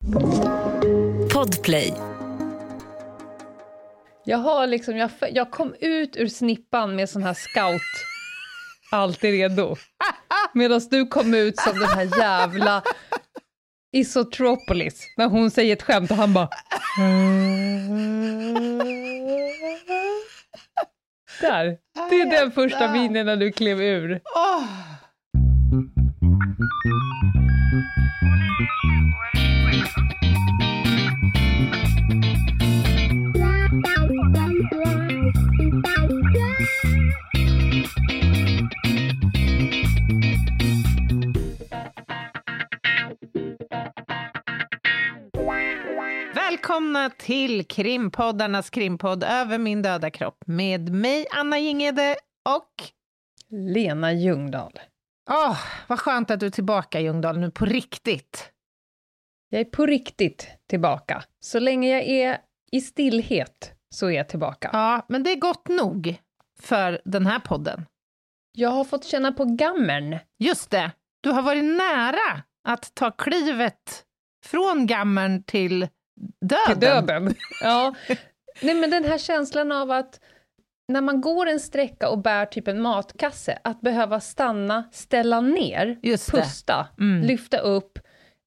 Podplay. Jag kom ut ur snippan med sån här scout. Alltid redo. Medan du kom ut som den här jävla Isotropolis. När hon säger ett skämt och han bara... Där. Det är den första minen när du klev ur. Välkomna till krimpoddarnas krimpodd Över min döda kropp med mig Anna Gingede och Lena Ljungdahl. Vad skönt att du är tillbaka, Ljungdahl, nu på riktigt. Jag är på riktigt tillbaka. Så länge jag är i stillhet så är jag tillbaka. Ja, men det är gott nog för den här podden. Jag har fått känna på gammern. Just det, du har varit nära att ta klivet från gammern till döden. Till döden, ja. Nej, men den här känslan av att när man går en sträcka och bär typ en matkasse, att behöva stanna, ställa ner, pusta, lyfta upp,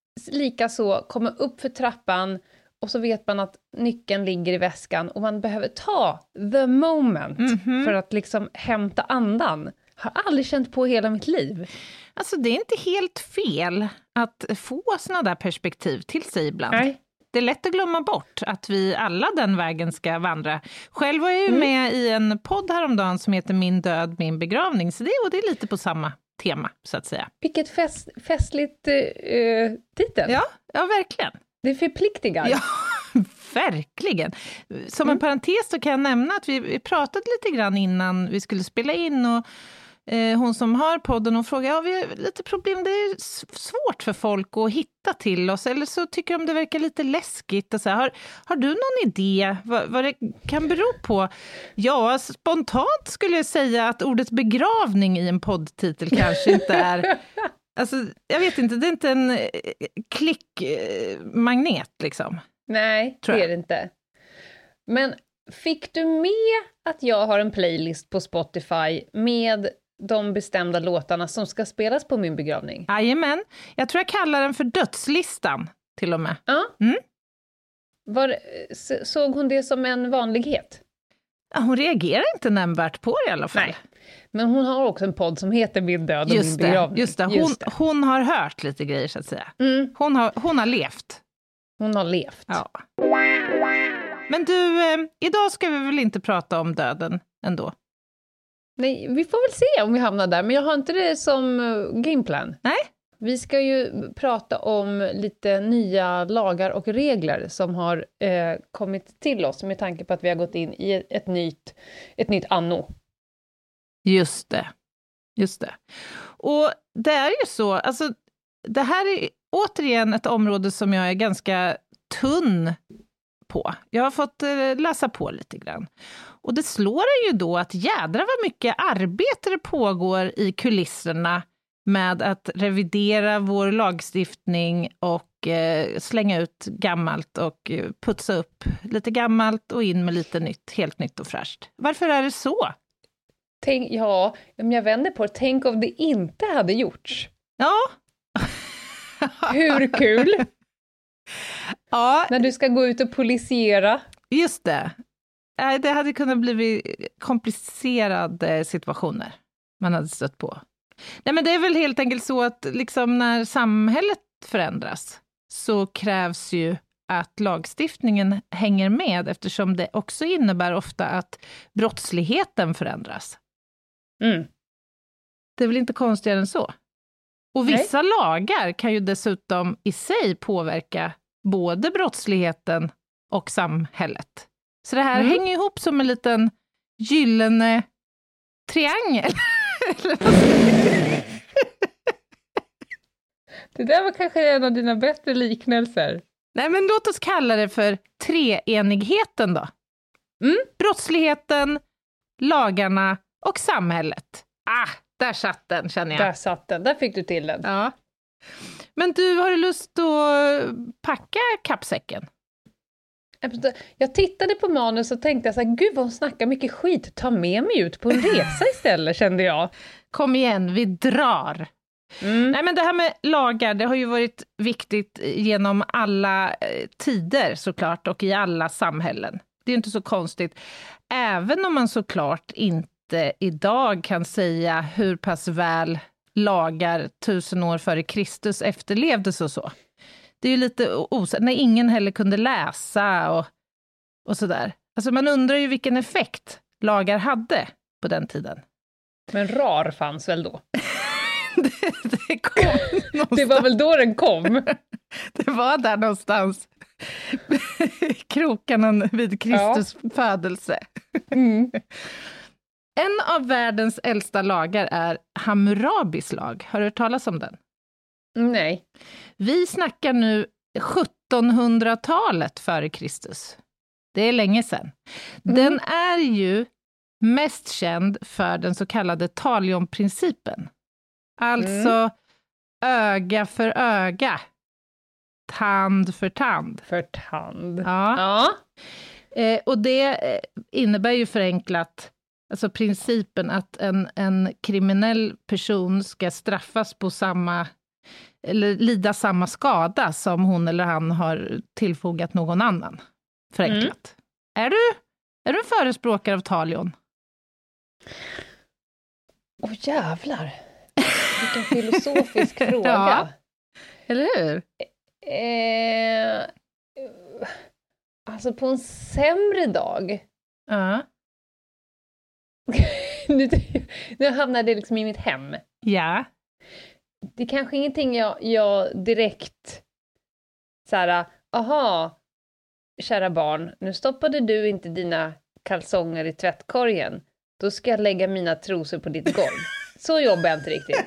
likaså komma upp för trappan och så vet man att nyckeln ligger i väskan och man behöver ta the moment för att liksom hämta andan. Har aldrig känt på hela mitt liv. Alltså det är inte helt fel att få såna där perspektiv till sig ibland. Nej. Det är lätt att glömma bort att vi alla den vägen ska vandra. Själv var jag ju med i en podd häromdagen som heter Min död, min begravning. Så det är lite på samma tema, så att säga. Vilket festligt titel. Ja, verkligen. Det förpliktigar. Ja, verkligen. Som en parentes så kan jag nämna att vi pratade lite grann innan vi skulle spela in och hon som har podden och frågar, vi har lite problem, det är svårt för folk att hitta till oss, eller så tycker de det verkar lite läskigt. Och så här, har du någon idé vad det kan bero på? Ja, spontant skulle jag säga att ordet begravning i en poddtitel kanske inte är... Alltså, jag vet inte, det är inte en klickmagnet liksom. Nej, det är det inte. Men fick du med att jag har en playlist på Spotify med de bestämda låtarna som ska spelas på min begravning? Jajamän, jag tror jag kallar den för dödslistan till och med. Ja. Såg hon det som en vanlighet? Ja, hon reagerar inte nämnvärt på det i alla fall. Nej. Men hon har också en podd som heter Min död och min begravning. Just det. Hon har hört lite grejer så att säga. Hon har levt. Hon har levt. Ja. Men du, idag ska vi väl inte prata om döden ändå? Nej, vi får väl se om vi hamnar där. Men jag har inte det som gameplan. Nej. Vi ska ju prata om lite nya lagar och regler som har kommit till oss med tanke på att vi har gått in i ett nytt anno. Just det. Och det är ju så, alltså det här är återigen ett område som jag är ganska tunn på. Jag har fått läsa på lite grann. Och det slår ju då att jädra vad mycket arbete det pågår i kulisserna med att revidera vår lagstiftning och slänga ut gammalt och putsa upp lite gammalt och in med lite nytt, helt nytt och fräscht. Varför är det så? Om jag vänder på det, tänk om det inte hade gjorts. Ja. Hur kul? Ja. När du ska gå ut och polisera. Just det. Det hade kunnat bli komplicerade situationer man hade stött på. Nej, men det är väl helt enkelt så att liksom när samhället förändras så krävs ju att lagstiftningen hänger med, eftersom det också innebär ofta att brottsligheten förändras. Det är väl inte konstigare än så. Och vissa lagar kan ju dessutom i sig påverka både brottsligheten och samhället. Så det här hänger ihop som en liten gyllene triangel. Det där var kanske en av dina bättre liknelser. Nej, men låt oss kalla det för treenigheten då. Brottsligheten, lagarna och samhället. Där satt den, känner jag. Där satt den, där fick du till den. Ja. Men du, har du lust att packa kappsäcken? Jag tittade på manus och tänkte så här, gud vad hon snackar mycket skit, ta med mig ut på en resa istället, kände jag. Kom igen, vi drar. Nej, men det här med lagar, det har ju varit viktigt genom alla tider såklart och i alla samhällen. Det är inte så konstigt. Även om man såklart inte idag kan säga hur pass väl lagar 1000 år före Kristus efterlevdes och så. Det är ju lite när ingen heller kunde läsa och sådär. Alltså man undrar ju vilken effekt lagar hade på den tiden. Men RAR fanns väl då? det kom någonstans. Det var väl då den kom? Det var där någonstans. Krokarna vid Kristus födelse. En av världens äldsta lagar är Hammurabis lag. Har du hört talas om den? Nej. Vi snackar nu 1700-talet före Kristus. Det är länge sedan. Den är ju mest känd för den så kallade talionprincipen. Alltså öga för öga. Tand för tand. För tand. Ja. Och det innebär ju förenklat, alltså principen att en kriminell person ska straffas på eller lida samma skada som hon eller han har tillfogat någon annan. Förenklat. Är du en förespråkare av talion? Jävlar. Vilken filosofisk fråga. Ja. Eller hur? Alltså på en sämre dag. Ja. Nu hamnar det liksom i mitt hem. Ja. Det är kanske ingenting jag direkt så här, aha, kära barn, nu stoppade du inte dina kalsonger i tvättkorgen. Då ska jag lägga mina trosor på ditt golv. Så jobbar jag inte riktigt.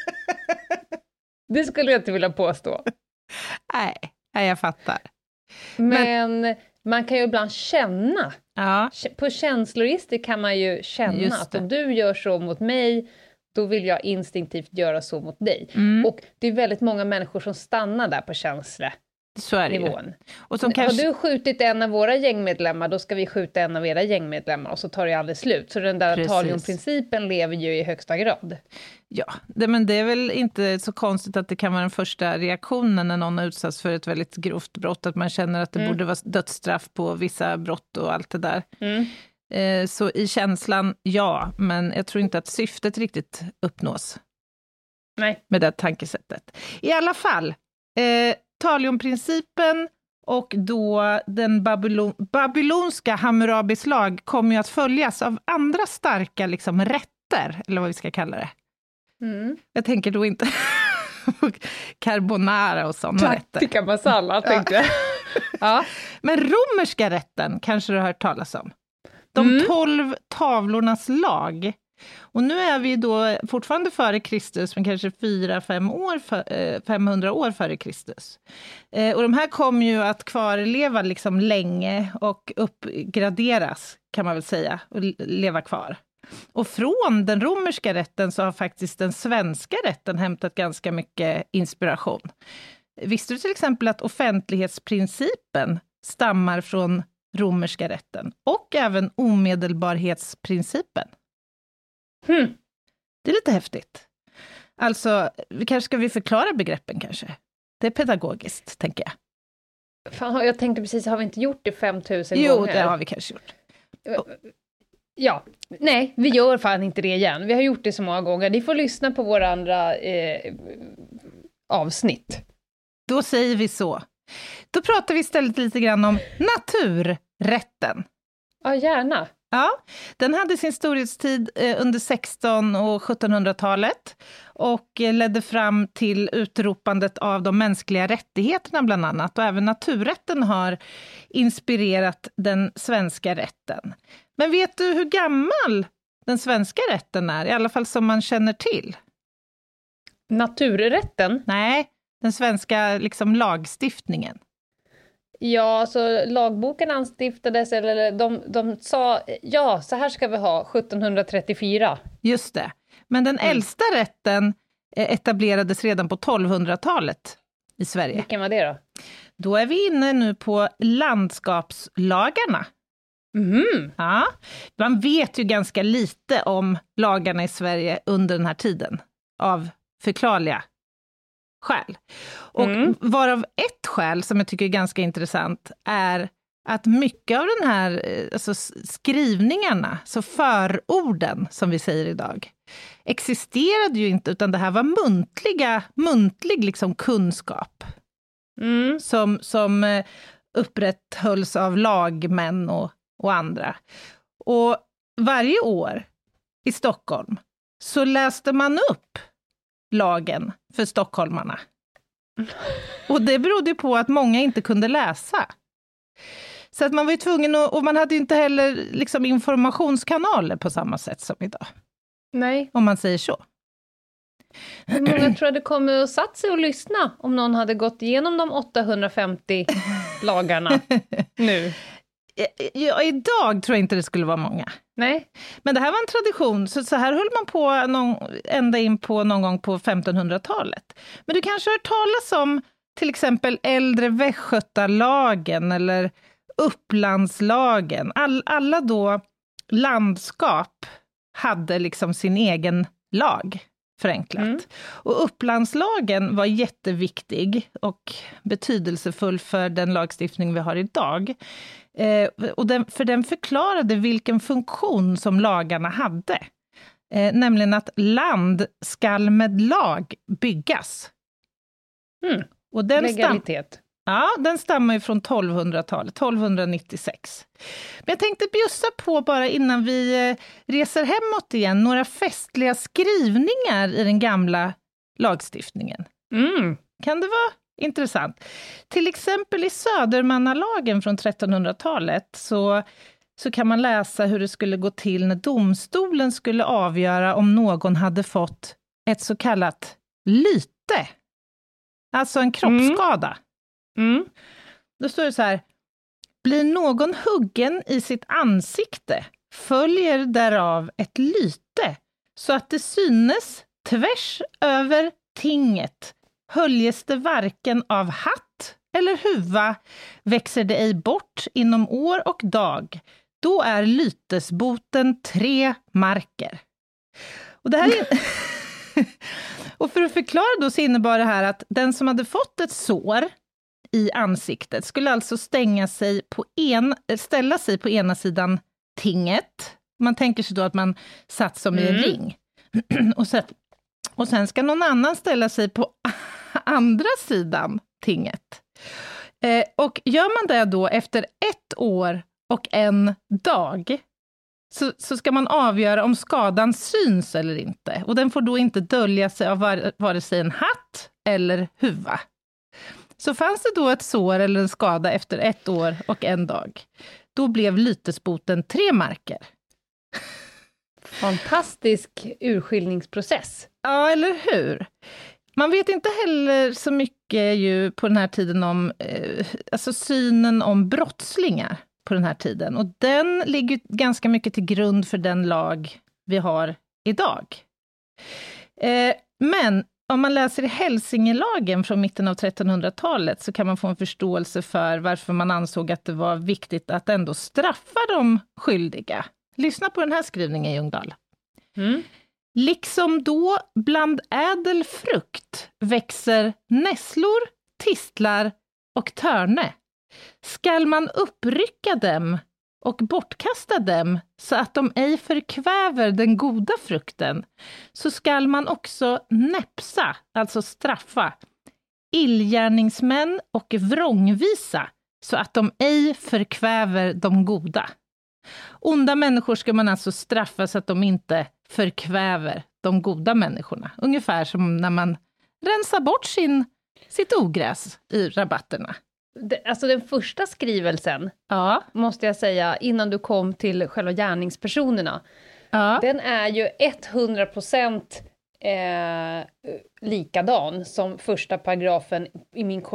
Det skulle jag inte vilja påstå. Nej, jag fattar. Men man kan ju ibland känna. Ja. På känsloregister kan man ju känna att om du gör så mot mig, då vill jag instinktivt göra så mot dig. Och det är väldigt många människor som stannar där på känslenivån. Och har du skjutit en av våra gängmedlemmar, då ska vi skjuta en av era gängmedlemmar och så tar det aldrig slut. Så den där talionprincipen lever ju i högsta grad. Ja, men det är väl inte så konstigt att det kan vara den första reaktionen när någon utsatts för ett väldigt grovt brott, att man känner att det borde vara dödsstraff på vissa brott och allt det där. Så i känslan, ja, men jag tror inte att syftet riktigt uppnås. Nej. Med det tankesättet. I alla fall, talionprincipen och då den babylonska Hammurabis lag kommer ju att följas av andra starka liksom rätter, eller vad vi ska kalla det. Jag tänker då inte carbonara och sådana rätter. Tikka masala, tänkte jag. Ja. Men romerska rätten kanske du har hört talas om. De 12 tavlornas lag. Och nu är vi då fortfarande före Kristus, men kanske 500 år före Kristus. Och de här kommer ju att kvarleva liksom länge och uppgraderas, kan man väl säga, och leva kvar. Och från den romerska rätten så har faktiskt den svenska rätten hämtat ganska mycket inspiration. Visste du till exempel att offentlighetsprincipen stammar från romerska rätten och även omedelbarhetsprincipen? Det är lite häftigt. Alltså, ska vi förklara begreppen kanske? Det är pedagogiskt, tänker jag. Fan, jag tänkte precis, har vi inte gjort det 5000 gånger? Jo, det har vi kanske gjort. Ja, nej, vi gör fan inte det igen. Vi har gjort det så många gånger. Ni får lyssna på våra andra avsnitt. Då säger vi så. Då pratar vi istället lite grann om naturrätten. Ja, gärna. Ja, den hade sin storhetstid under 1600- och 1700-talet och ledde fram till utropandet av de mänskliga rättigheterna bland annat. Och även naturrätten har inspirerat den svenska rätten. Men vet du hur gammal den svenska rätten är? I alla fall som man känner till. Naturrätten? Nej, den svenska liksom lagstiftningen. Ja, så lagboken anstiftades, eller de sa, ja, så här ska vi ha, 1734. Just det. Men den äldsta rätten etablerades redan på 1200-talet i Sverige. Vilken var det då? Då är vi inne nu på landskapslagarna. Mm. Ja, man vet ju ganska lite om lagarna i Sverige under den här tiden, av förklarliga skäl. Och varav ett skäl som jag tycker är ganska intressant är att mycket av den här alltså skrivningarna, så förorden som vi säger idag, existerade ju inte, utan det här var muntlig liksom kunskap som upprätthölls av lagmän och andra. Och varje år i Stockholm så läste man upp lagen för stockholmarna. Och det berodde på att många inte kunde läsa. Så att man var ju tvungen och man hade ju inte heller liksom informationskanaler på samma sätt som idag. Nej. Om man säger så. Hur många tror jag det kommer att satt sig och lyssna om någon hade gått igenom de 850 lagarna nu? Ja, idag tror jag inte det skulle vara många. Nej. Men det här var en tradition, så här höll man på ända in på någon gång på 1500-talet. Men du kanske har hört talas om till exempel äldre västgötalagen eller Upplandslagen. Alla då landskap hade liksom sin egen lag, förenklat. Och Upplandslagen var jätteviktig och betydelsefull för den lagstiftning vi har idag. Och den förklarade vilken funktion som lagarna hade. Nämligen att land skall med lag byggas. Och legalitet. Den stammar ju från 1200-talet, 1296. Men jag tänkte bjussa på, bara innan vi reser hemåt igen, några festliga skrivningar i den gamla lagstiftningen. Kan det vara intressant? Till exempel i Södermannalagen från 1300-talet så kan man läsa hur det skulle gå till när domstolen skulle avgöra om någon hade fått ett så kallat lyte. Alltså en kroppsskada. Då står det så här: blir någon huggen i sitt ansikte följer därav ett lyte, så att det synes tvärs över tinget, höljes det varken av hatt eller huva, växer det ej bort inom år och dag, då är lytesboten 3 marker. Och det här är och för att förklara då, så innebar det här att den som hade fått ett sår i ansiktet skulle alltså ställa sig på ena sidan tinget. Man tänker sig då att man satt som i en ring. och sen ska någon annan ställa sig på andra sidan tinget. Och gör man det då efter 1 år och 1 dag, så ska man avgöra om skadan syns eller inte. Och den får då inte dölja sig av vare sig en hatt eller huva. Så fanns det då ett sår eller en skada efter 1 år och 1 dag, då blev lytesboten 3 marker. Fantastisk urskiljningsprocess. Ja, eller hur? Man vet inte heller så mycket ju på den här tiden om alltså synen om brottslingar på den här tiden. Och den ligger ganska mycket till grund för den lag vi har idag. Men om man läser i Hälsingelagen från mitten av 1300-talet så kan man få en förståelse för varför man ansåg att det var viktigt att ändå straffa de skyldiga. Lyssna på den här skrivningen, Ljungdahl. Liksom då bland ädel frukt växer nässlor, tistlar och törne, skall man upprycka dem och bortkasta dem så att de ej förkväver den goda frukten, så skall man också näpsa, alltså straffa, illgärningsmän och vrångvisa så att de ej förkväver de goda. Onda människor ska man alltså straffa så att de inte förkväver de goda människorna. Ungefär som när man rensar bort sitt ogräs i rabatterna. Alltså den första skrivelsen, måste jag säga, innan du kom till själva gärningspersonerna, den är ju 100% likadan som första paragrafen i min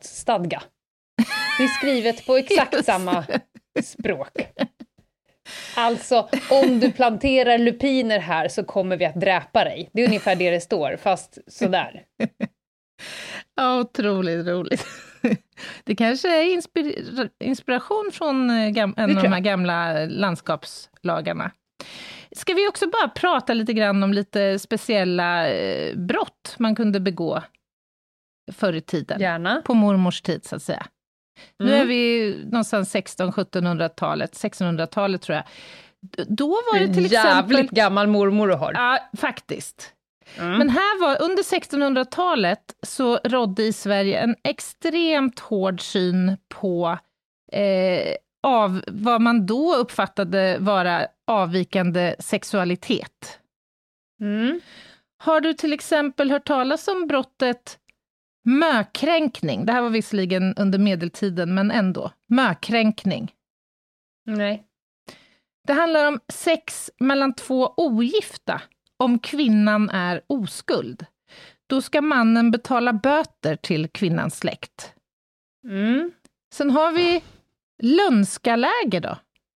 kolonilottsstadga. Det är skrivet på exakt samma språk. Alltså, om du planterar lupiner här så kommer vi att dräpa dig. Det är ungefär det står, fast sådär. Ja, otroligt roligt. Det kanske är inspiration från en av de här gamla landskapslagarna. Ska vi också bara prata lite grann om lite speciella brott man kunde begå förr i tiden? Gärna. På mormors tid, så att säga. Nu är vi någonstans 1600-1700-talet, 1600-talet tror jag. Då var det till exempel... Jävligt gammal mormor du har. Ja, faktiskt. Men här var, under 1600-talet så rådde i Sverige en extremt hård syn på av vad man då uppfattade vara avvikande sexualitet. Har du till exempel hört talas om brottet mökränkning? Det här var visserligen under medeltiden, men ändå. Mökränkning. Nej. Det handlar om sex mellan två ogifta, om kvinnan är oskuld. Då ska mannen betala böter till kvinnans släkt. Sen har vi lönskaläger då.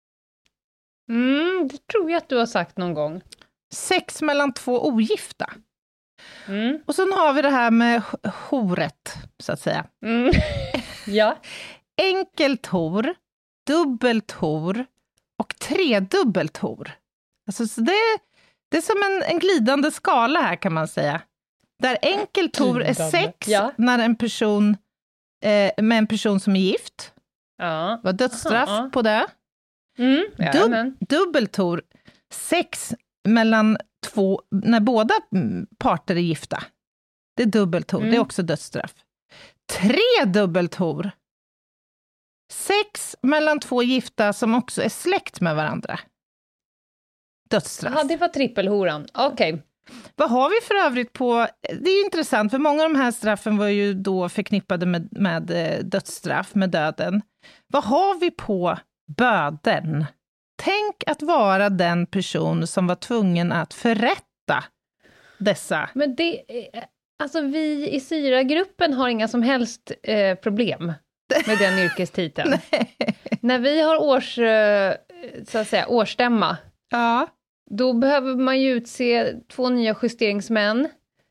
Det tror jag att du har sagt någon gång. Sex mellan två ogifta. Och sen har vi det här med horet, så att säga. Ja. Enkelt hor, dubbelt hor och tredubbelt hor. Alltså, så det är som en glidande skala här, kan man säga. Där enkelt hor är sex när en person med en person som är gift. Ja. Var dödsstraff på det. Dubbelt hor, sex mellan två, när båda parter är gifta. Det är dubbelt hor, det är också dödsstraff. Tredubbelt hor. Sex mellan två gifta som också är släkt med varandra. Dödsstraff. Ja, det var trippelhoran. Okej. Vad har vi för övrigt på... Det är ju intressant, för många av de här straffen var ju då förknippade med dödsstraff, med döden. Vad har vi på böden? Tänk att vara den person som var tvungen att förrätta dessa. Men det... Alltså vi i Syra-gruppen har inga som helst problem med den yrkestiteln. När vi har årsstämma, då behöver man ju utse 2 nya justeringsmän,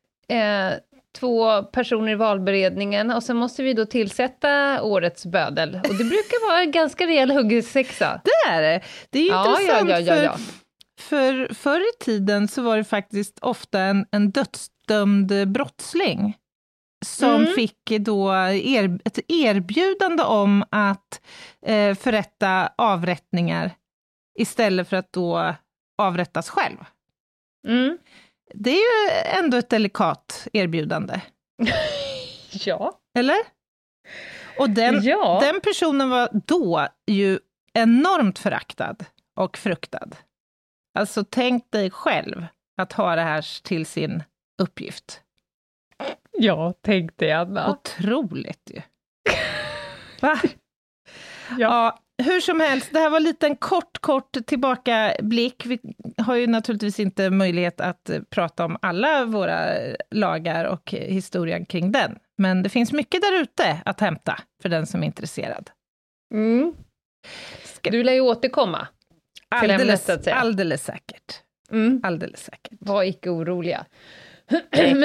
2 personer i valberedningen, och sen måste vi då tillsätta årets bödel. Och det brukar vara en ganska rejäl huggesexa. Det är det. Det är intressant. För förr i tiden så var det faktiskt ofta en dödsdömd brottsling som fick då ett erbjudande om att förrätta avrättningar istället för att då avrättas själv. Det är ju ändå ett delikat erbjudande. Ja. Eller? Och den personen var då ju enormt föraktad och fruktad. Alltså tänk dig själv att ha det här till sin uppgift. Ja, tänk dig, Anna. Otroligt ju. Va? Ja, hur som helst, det här var lite en kort tillbakablick. Vi har ju naturligtvis inte möjlighet att prata om alla våra lagar och historien kring den. Men det finns mycket där ute att hämta för den som är intresserad. Du lär ju återkomma till ämnet, så att säga. Alldeles säkert. Alldeles säkert. Var icke oroliga. Men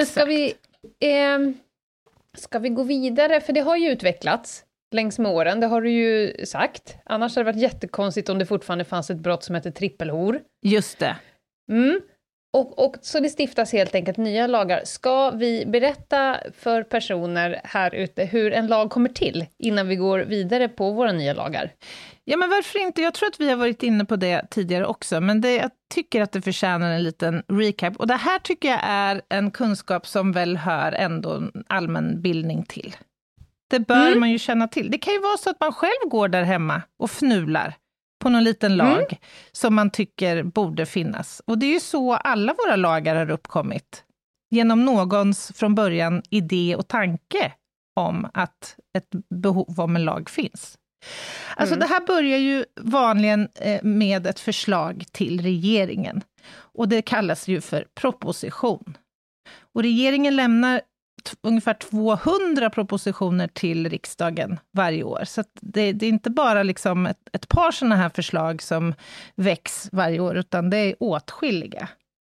ska vi gå vidare? För det har ju utvecklats längs med åren, det har du ju sagt. Annars hade det varit jättekonstigt om det fortfarande fanns ett brott som heter trippelhor. Just det. Och så det stiftas helt enkelt nya lagar. Ska vi berätta för personer här ute hur en lag kommer till innan vi går vidare på våra nya lagar? Ja, men varför inte? Jag tror att vi har varit inne på det tidigare också, men jag tycker att det förtjänar en liten recap. Och det här tycker jag är en kunskap som väl hör ändå allmän bildning till. Det bör man ju känna till. Det kan ju vara så att man själv går där hemma och fnular på någon liten lag som man tycker borde finnas. Och det är ju så alla våra lagar har uppkommit. Genom någons från början idé och tanke om att ett behov av en lag finns. Alltså det här börjar ju vanligen med ett förslag till regeringen. Och det kallas ju för proposition. Och regeringen lämnar ungefär 200 propositioner till riksdagen varje år. Så att det är inte bara liksom ett par sådana här förslag som väcks varje år, utan det är åtskilliga.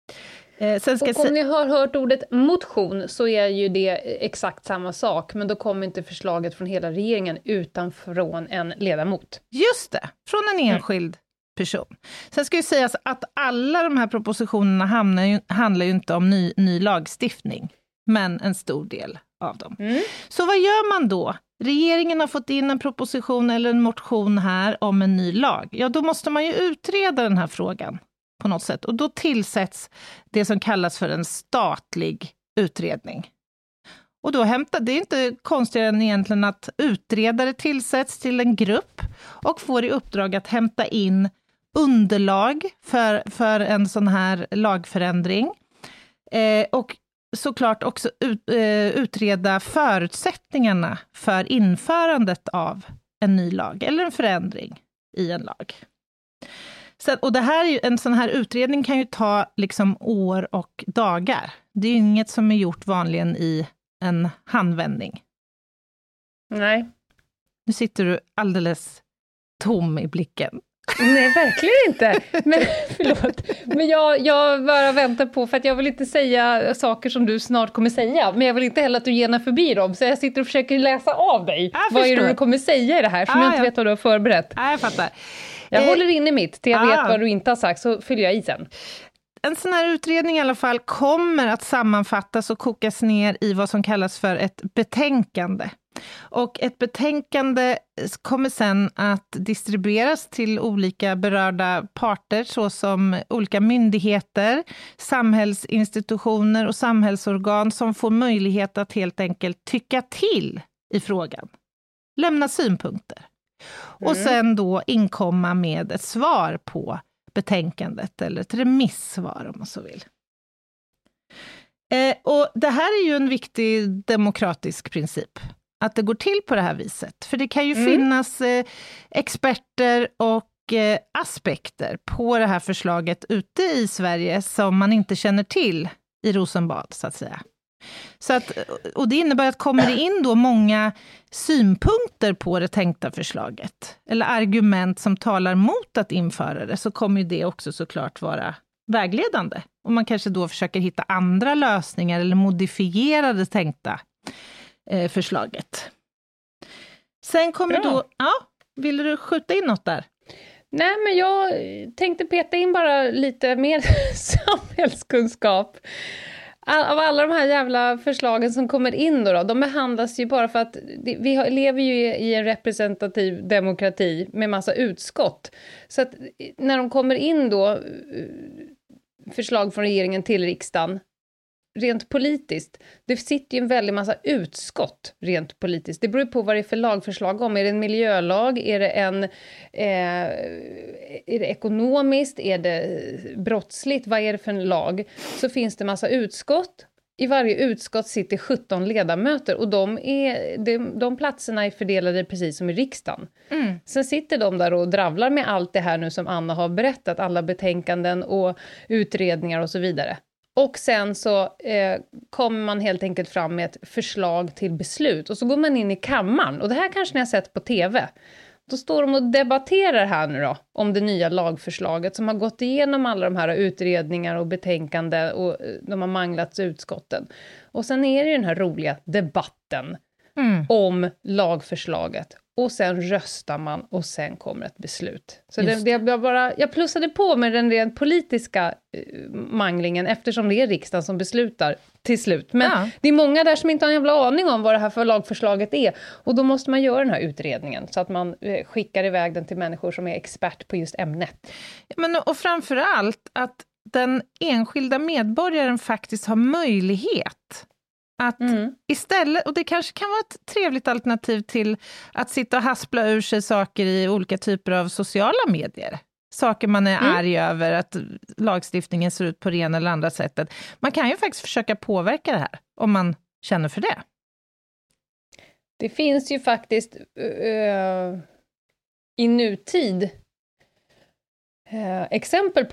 Om ni har hört ordet motion så är ju det exakt samma sak, men då kommer inte förslaget från hela regeringen utan från en ledamot. Just det, från en enskild person. Sen ska ju sägas att alla de här propositionerna handlar ju inte om ny lagstiftning, men en stor del av dem. Så vad gör man då? Regeringen har fått in en proposition eller en motion här om en ny lag. Ja, då måste man ju utreda den här frågan på något sätt. Och då tillsätts det som kallas för en statlig utredning. Och då det är inte konstigare än egentligen att utredare tillsätts till en grupp och får i uppdrag att hämta in underlag för en sån här lagförändring. Och såklart också utreda förutsättningarna för införandet av en ny lag eller en förändring i en lag. Och det här är ju, en sån här utredning kan ju ta liksom år och dagar. Det är ju inget som är gjort vanligen i en handvändning. Nej. Nu sitter du alldeles tom i blicken. Nej, verkligen inte. Men förlåt. Men jag bara väntar på, för att jag vill inte säga saker som du snart kommer säga, men jag vill inte heller att du genar förbi dem, så jag sitter och försöker läsa av dig. Vad är det du kommer säga i det här, som jag inte vet vad du har förberett. Jag fattar. Jag håller inne mitt, till jag vet vad du inte har sagt, så fyller jag i sen. En sån här utredning i alla fall kommer att sammanfattas och kokas ner i vad som kallas för ett betänkande. Och ett betänkande kommer sen att distribueras till olika berörda parter, såsom olika myndigheter, samhällsinstitutioner och samhällsorgan som får möjlighet att helt enkelt tycka till i frågan. Lämna synpunkter. Och sen då inkomma med ett svar på betänkandet, eller ett remissvar om man så vill. Och det här är ju en viktig demokratisk princip, att det går till på det här viset. För det kan ju finnas experter och aspekter på det här förslaget ute i Sverige som man inte känner till i Rosenbad, så att säga. Så att, och det innebär att kommer det in då många synpunkter på det tänkta förslaget, eller argument som talar mot att införa det, så kommer ju det också såklart vara vägledande. Och man kanske då försöker hitta andra lösningar eller modifiera det tänkta förslaget. Sen kommer då... Ja, vill du skjuta in något där? Nej, men jag tänkte peta in bara lite mer samhällskunskap. Av alla de här jävla förslagen som kommer in då, de behandlas ju bara för att vi lever ju i en representativ demokrati med massa utskott. Så att när de kommer in då, förslag från regeringen till riksdagen, rent politiskt, det sitter ju en väldig massa utskott rent politiskt. Det beror på vad det är för lagförslag om. Är det en miljölag? Är det ekonomiskt? Är det brottsligt? Vad är det för en lag? Så finns det massa utskott. I varje utskott sitter 17 ledamöter och de platserna är fördelade precis som i riksdagen. Sen sitter de där och dravlar med allt det här nu som Anna har berättat, alla betänkanden och utredningar och så vidare. Och sen så kommer man helt enkelt fram med ett förslag till beslut. Och så går man in i kammaren. Och det här kanske ni har sett på tv. Då står de och debatterar här nu då om det nya lagförslaget som har gått igenom alla de här utredningar och betänkanden och de har manglats i utskotten. Och sen är det ju den här roliga debatten om lagförslaget. Och sen röstar man och sen kommer ett beslut. Så jag plussade på med den rent politiska manglingen eftersom det är riksdagen som beslutar till slut. Men det är många där som inte har en jävla aning om vad det här för lagförslaget är. Och då måste man göra den här utredningen så att man skickar iväg den till människor som är expert på just ämnet. Men, och framförallt att den enskilda medborgaren faktiskt har möjlighet att istället, och det kanske kan vara ett trevligt alternativ till att sitta och haspla ur sig saker i olika typer av sociala medier. Saker man är arg över, att lagstiftningen ser ut på det ena eller andra sättet. Man kan ju faktiskt försöka påverka det här, om man känner för det. Det finns ju faktiskt i nutid exempel på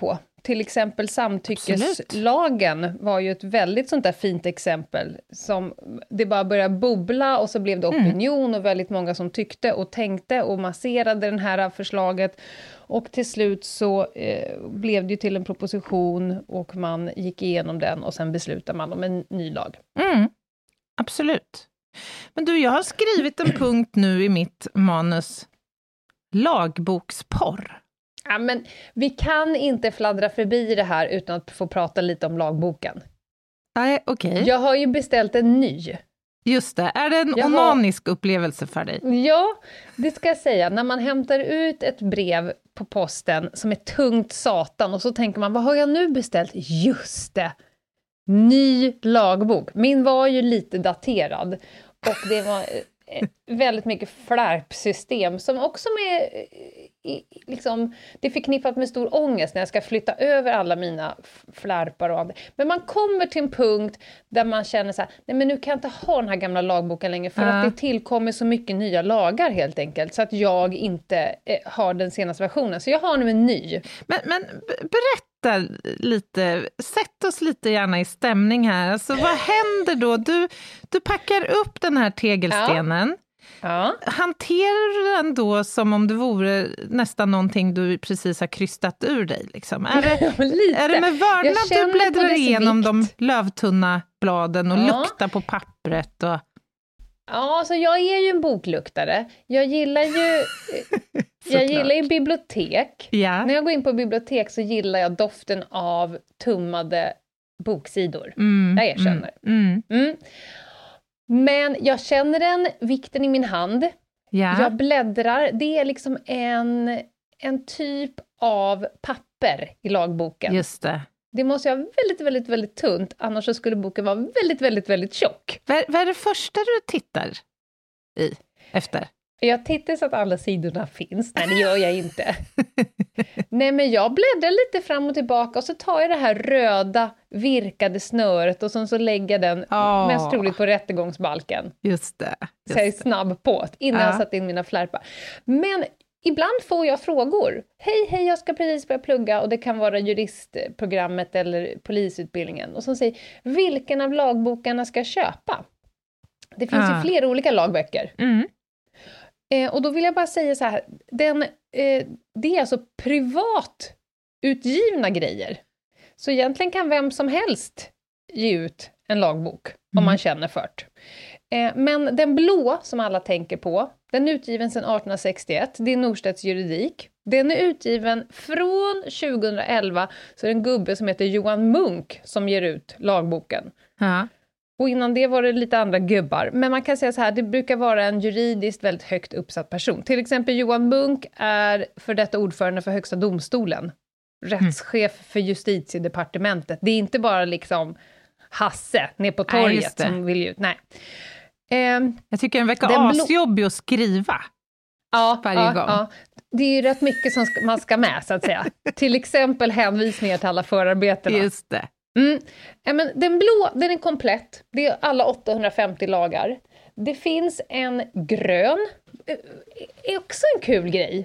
till exempel samtyckeslagen var ju ett väldigt sånt där fint exempel. Som det bara började bubbla och så blev det opinion och väldigt många som tyckte och tänkte och masserade det här förslaget. Och till slut så blev det ju till en proposition och man gick igenom den och sen beslutade man om en ny lag. Absolut. Men du, jag har skrivit en punkt nu i mitt manus. Lagboksporr. Ja, men vi kan inte fladdra förbi det här utan att få prata lite om lagboken. Nej, okej. Jag har ju beställt en ny. Just det. Är det en onanisk upplevelse för dig? Ja, det ska jag säga. När man hämtar ut ett brev på posten som är tungt satan och så tänker man, vad har jag nu beställt? Just det! Ny lagbok. Min var ju lite daterad och det var väldigt mycket flärpsystem som också med liksom, det är förknippat med stor ångest när jag ska flytta över alla mina flärpar och annat. Men man kommer till en punkt där man känner så här, nej men nu kan jag inte ha den här gamla lagboken längre för att det tillkommer så mycket nya lagar helt enkelt så att jag inte har den senaste versionen. Så jag har nu en ny. Men berätta lite, sätt oss lite gärna i stämning här. Alltså vad händer då? Du packar upp den här tegelstenen. Ja. Hanterar du den då som om det vore nästan någonting du precis har krystat ur dig? Liksom? Är det med vördnad du bläddrar igenom de lövtunna bladen och luktar på pappret? Och... Ja, alltså jag är ju en bokluktare. Jag gillar ju bibliotek. Ja. När jag går in på bibliotek så gillar jag doften av tummade boksidor. Jag erkänner. Men jag känner den, vikten i min hand. Ja. Jag bläddrar. Det är liksom en typ av papper i lagboken. Just det. Det måste vara väldigt, väldigt, väldigt tunt. Annars så skulle boken vara väldigt, väldigt, väldigt tjock. Vad är det första du tittar efter? Jag tittar så att alla sidorna finns. Nej, det gör jag inte. Nej, men jag bläddrar lite fram och tillbaka och så tar jag det här röda virkade snöret och så lägger den mest troligt på rättegångsbalken. Just det. Så jag är snabb på innan jag satt in mina flärpar. Men ibland får jag frågor. Hej, jag ska precis börja plugga och det kan vara juristprogrammet eller polisutbildningen. Och så säger, vilken av lagbokarna ska jag köpa? Det finns ju flera olika lagböcker. Och då vill jag bara säga så här, det är alltså privat utgivna grejer. Så egentligen kan vem som helst ge ut en lagbok om man känner för det. Men den blå som alla tänker på, den är utgiven sedan 1861, det är Norstedts juridik. Den är utgiven från 2011, så det är en gubbe som heter Johan Munk som ger ut lagboken. Ja. Och innan det var det lite andra gubbar. Men man kan säga så här, det brukar vara en juridiskt väldigt högt uppsatt person. Till exempel Johan Munk är för detta ordförande för Högsta domstolen. Rättschef för justitiedepartementet. Det är inte bara liksom Hasse ner på torget som vill ut. Nej. Jag tycker en vecka asjobbig att skriva. Varje gång. Ja. Det är ju rätt mycket som man ska med så att säga. Till exempel hänvisningar till alla förarbetena. Just det. Men den blå, den är komplett. Det är alla 850 lagar. Det finns en grön. Är också en kul grej.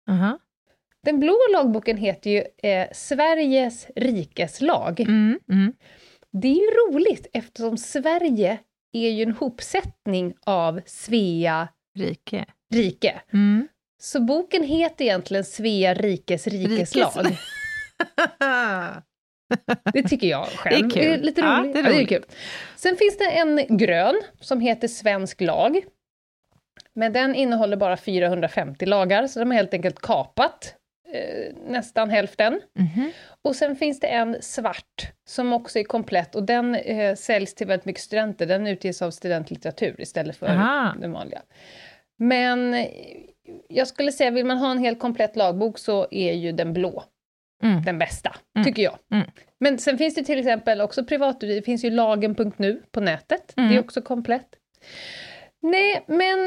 Den blå lagboken heter ju Sveriges rikes lag. Det är ju roligt eftersom Sverige är ju en hopsättning av Svea rike. Så boken heter egentligen Svea rikes lag. Det tycker jag själv. Det är lite roligt. Ja, det är kul. Sen finns det en grön som heter Svensk lag. Men den innehåller bara 450 lagar, så de har helt enkelt kapat nästan hälften. Och sen finns det en svart som också är komplett och den säljs till väldigt mycket studenter. Den utges av studentlitteratur istället för den vanliga. Men jag skulle säga, vill man ha en helt komplett lagbok så är ju den blå den bästa, tycker jag. Men sen finns det till exempel också privat, det finns ju lagen.nu på nätet. Det är också komplett. Nej, men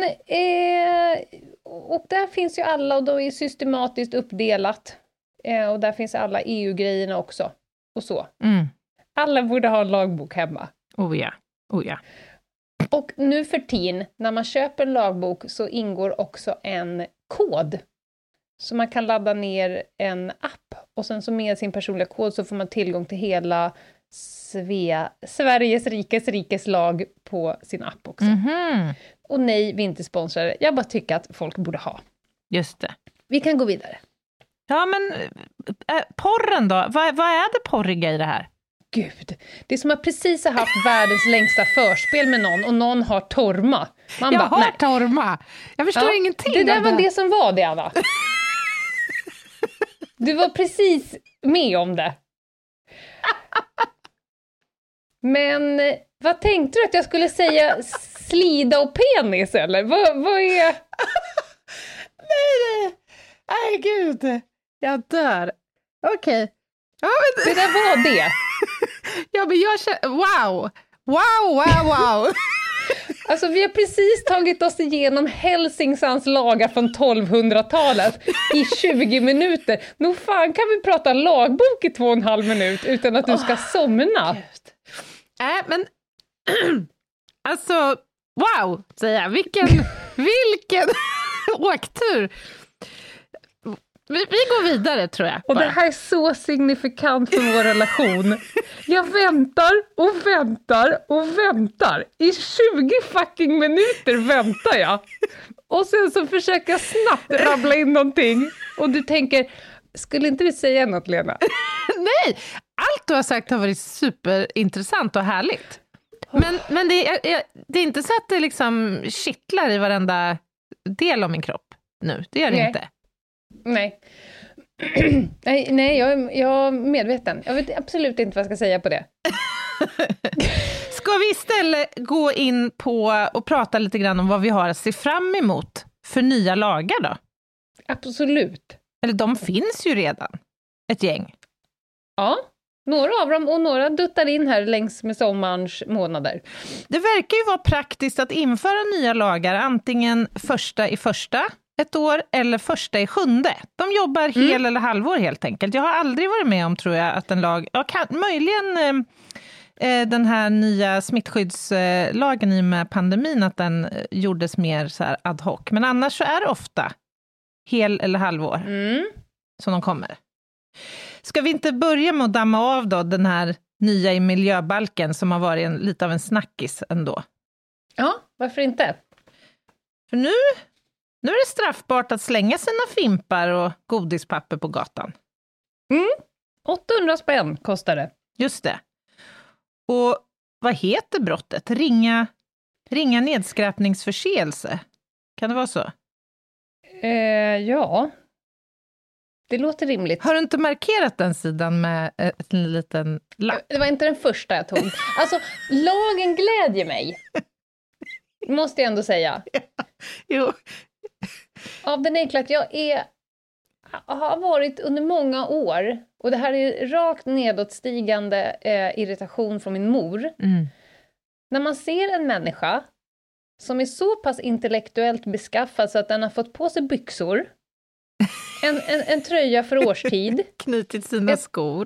och där finns ju alla och då är systematiskt uppdelat. Och där finns alla EU-grejerna också. Och så. Alla borde ha en lagbok hemma. Oh ja. Och nu för tiden, när man köper en lagbok så ingår också en kod. Så man kan ladda ner en app och sen så med sin personliga kod så får man tillgång till hela Sveriges rikes lag på sin app också. Mm-hmm. Och nej, vi är inte sponsrade. Jag bara tycker att folk borde ha. Just det. Vi kan gå vidare. Ja, men porren då? Vad är det porriga i det här? Gud, det är som att precis har haft världens längsta förspel med någon och någon har torma. Jag har torma. Jag förstår ingenting. Det där var det som var det, Anna. Du var precis med om det. Men vad tänkte du att jag skulle säga? Slida och penis, eller? Vad är... Nej, gud. Jag dör. Okej. Ja, men... Det där var det. Ja, men jag känner... Wow. Alltså, vi har precis tagit oss igenom Helsingssons lagar från 1200-talet i 20 minuter. Nog fan kan vi prata lagbok i 2,5 minut utan att du ska somna. Nej, men... Alltså, wow, säger jag. Vilken åktur. Vi går vidare, tror jag. Och det här är så signifikant för vår relation. Jag väntar. I 20 fucking minuter väntar jag. Och sen så försöker jag snabbt rabbla in någonting. Och du tänker, skulle inte du säga något, Lena? Nej, allt du har sagt har varit superintressant och härligt. Men det är inte så att det liksom kittlar i varenda del av min kropp nu. Det gör det inte. Nej, jag är medveten. Jag vet absolut inte vad jag ska säga på det. Ska vi istället gå in på och prata lite grann om vad vi har att se fram emot för nya lagar då? Absolut. Eller de finns ju redan, ett gäng. Ja. Några av dem och några duttar in här längs med sommarens månader. Det verkar ju vara praktiskt att införa nya lagar, antingen 1:1 ett år eller 1:7. De jobbar hel eller halvår helt enkelt. Jag har aldrig varit med om, tror jag, att en lag... möjligen den här nya smittskyddslagen i med pandemin, att den gjordes mer så här ad hoc. Men annars så är det ofta hel eller halvår som de kommer. Ska vi inte börja med att damma av då den här nya i miljöbalken som har varit lite av en snackis ändå? Ja, varför inte? För nu är det straffbart att slänga sina fimpar och godispapper på gatan. 800 spänn kostar det. Just det. Och vad heter brottet? Ringa nedskräpningsförseelse. Kan det vara så? Ja. Det låter rimligt. Har du inte markerat den sidan med en liten lapp? Det var inte den första jag tog. Alltså, lagen glädjer mig. Måste jag ändå säga. Ja. Jo. Av den enkla att jag har varit under många år, och det här är rakt nedåtstigande irritation från min mor. När man ser en människa som är så pass intellektuellt beskaffad så att den har fått på sig byxor, en tröja för årstid. Knutit sina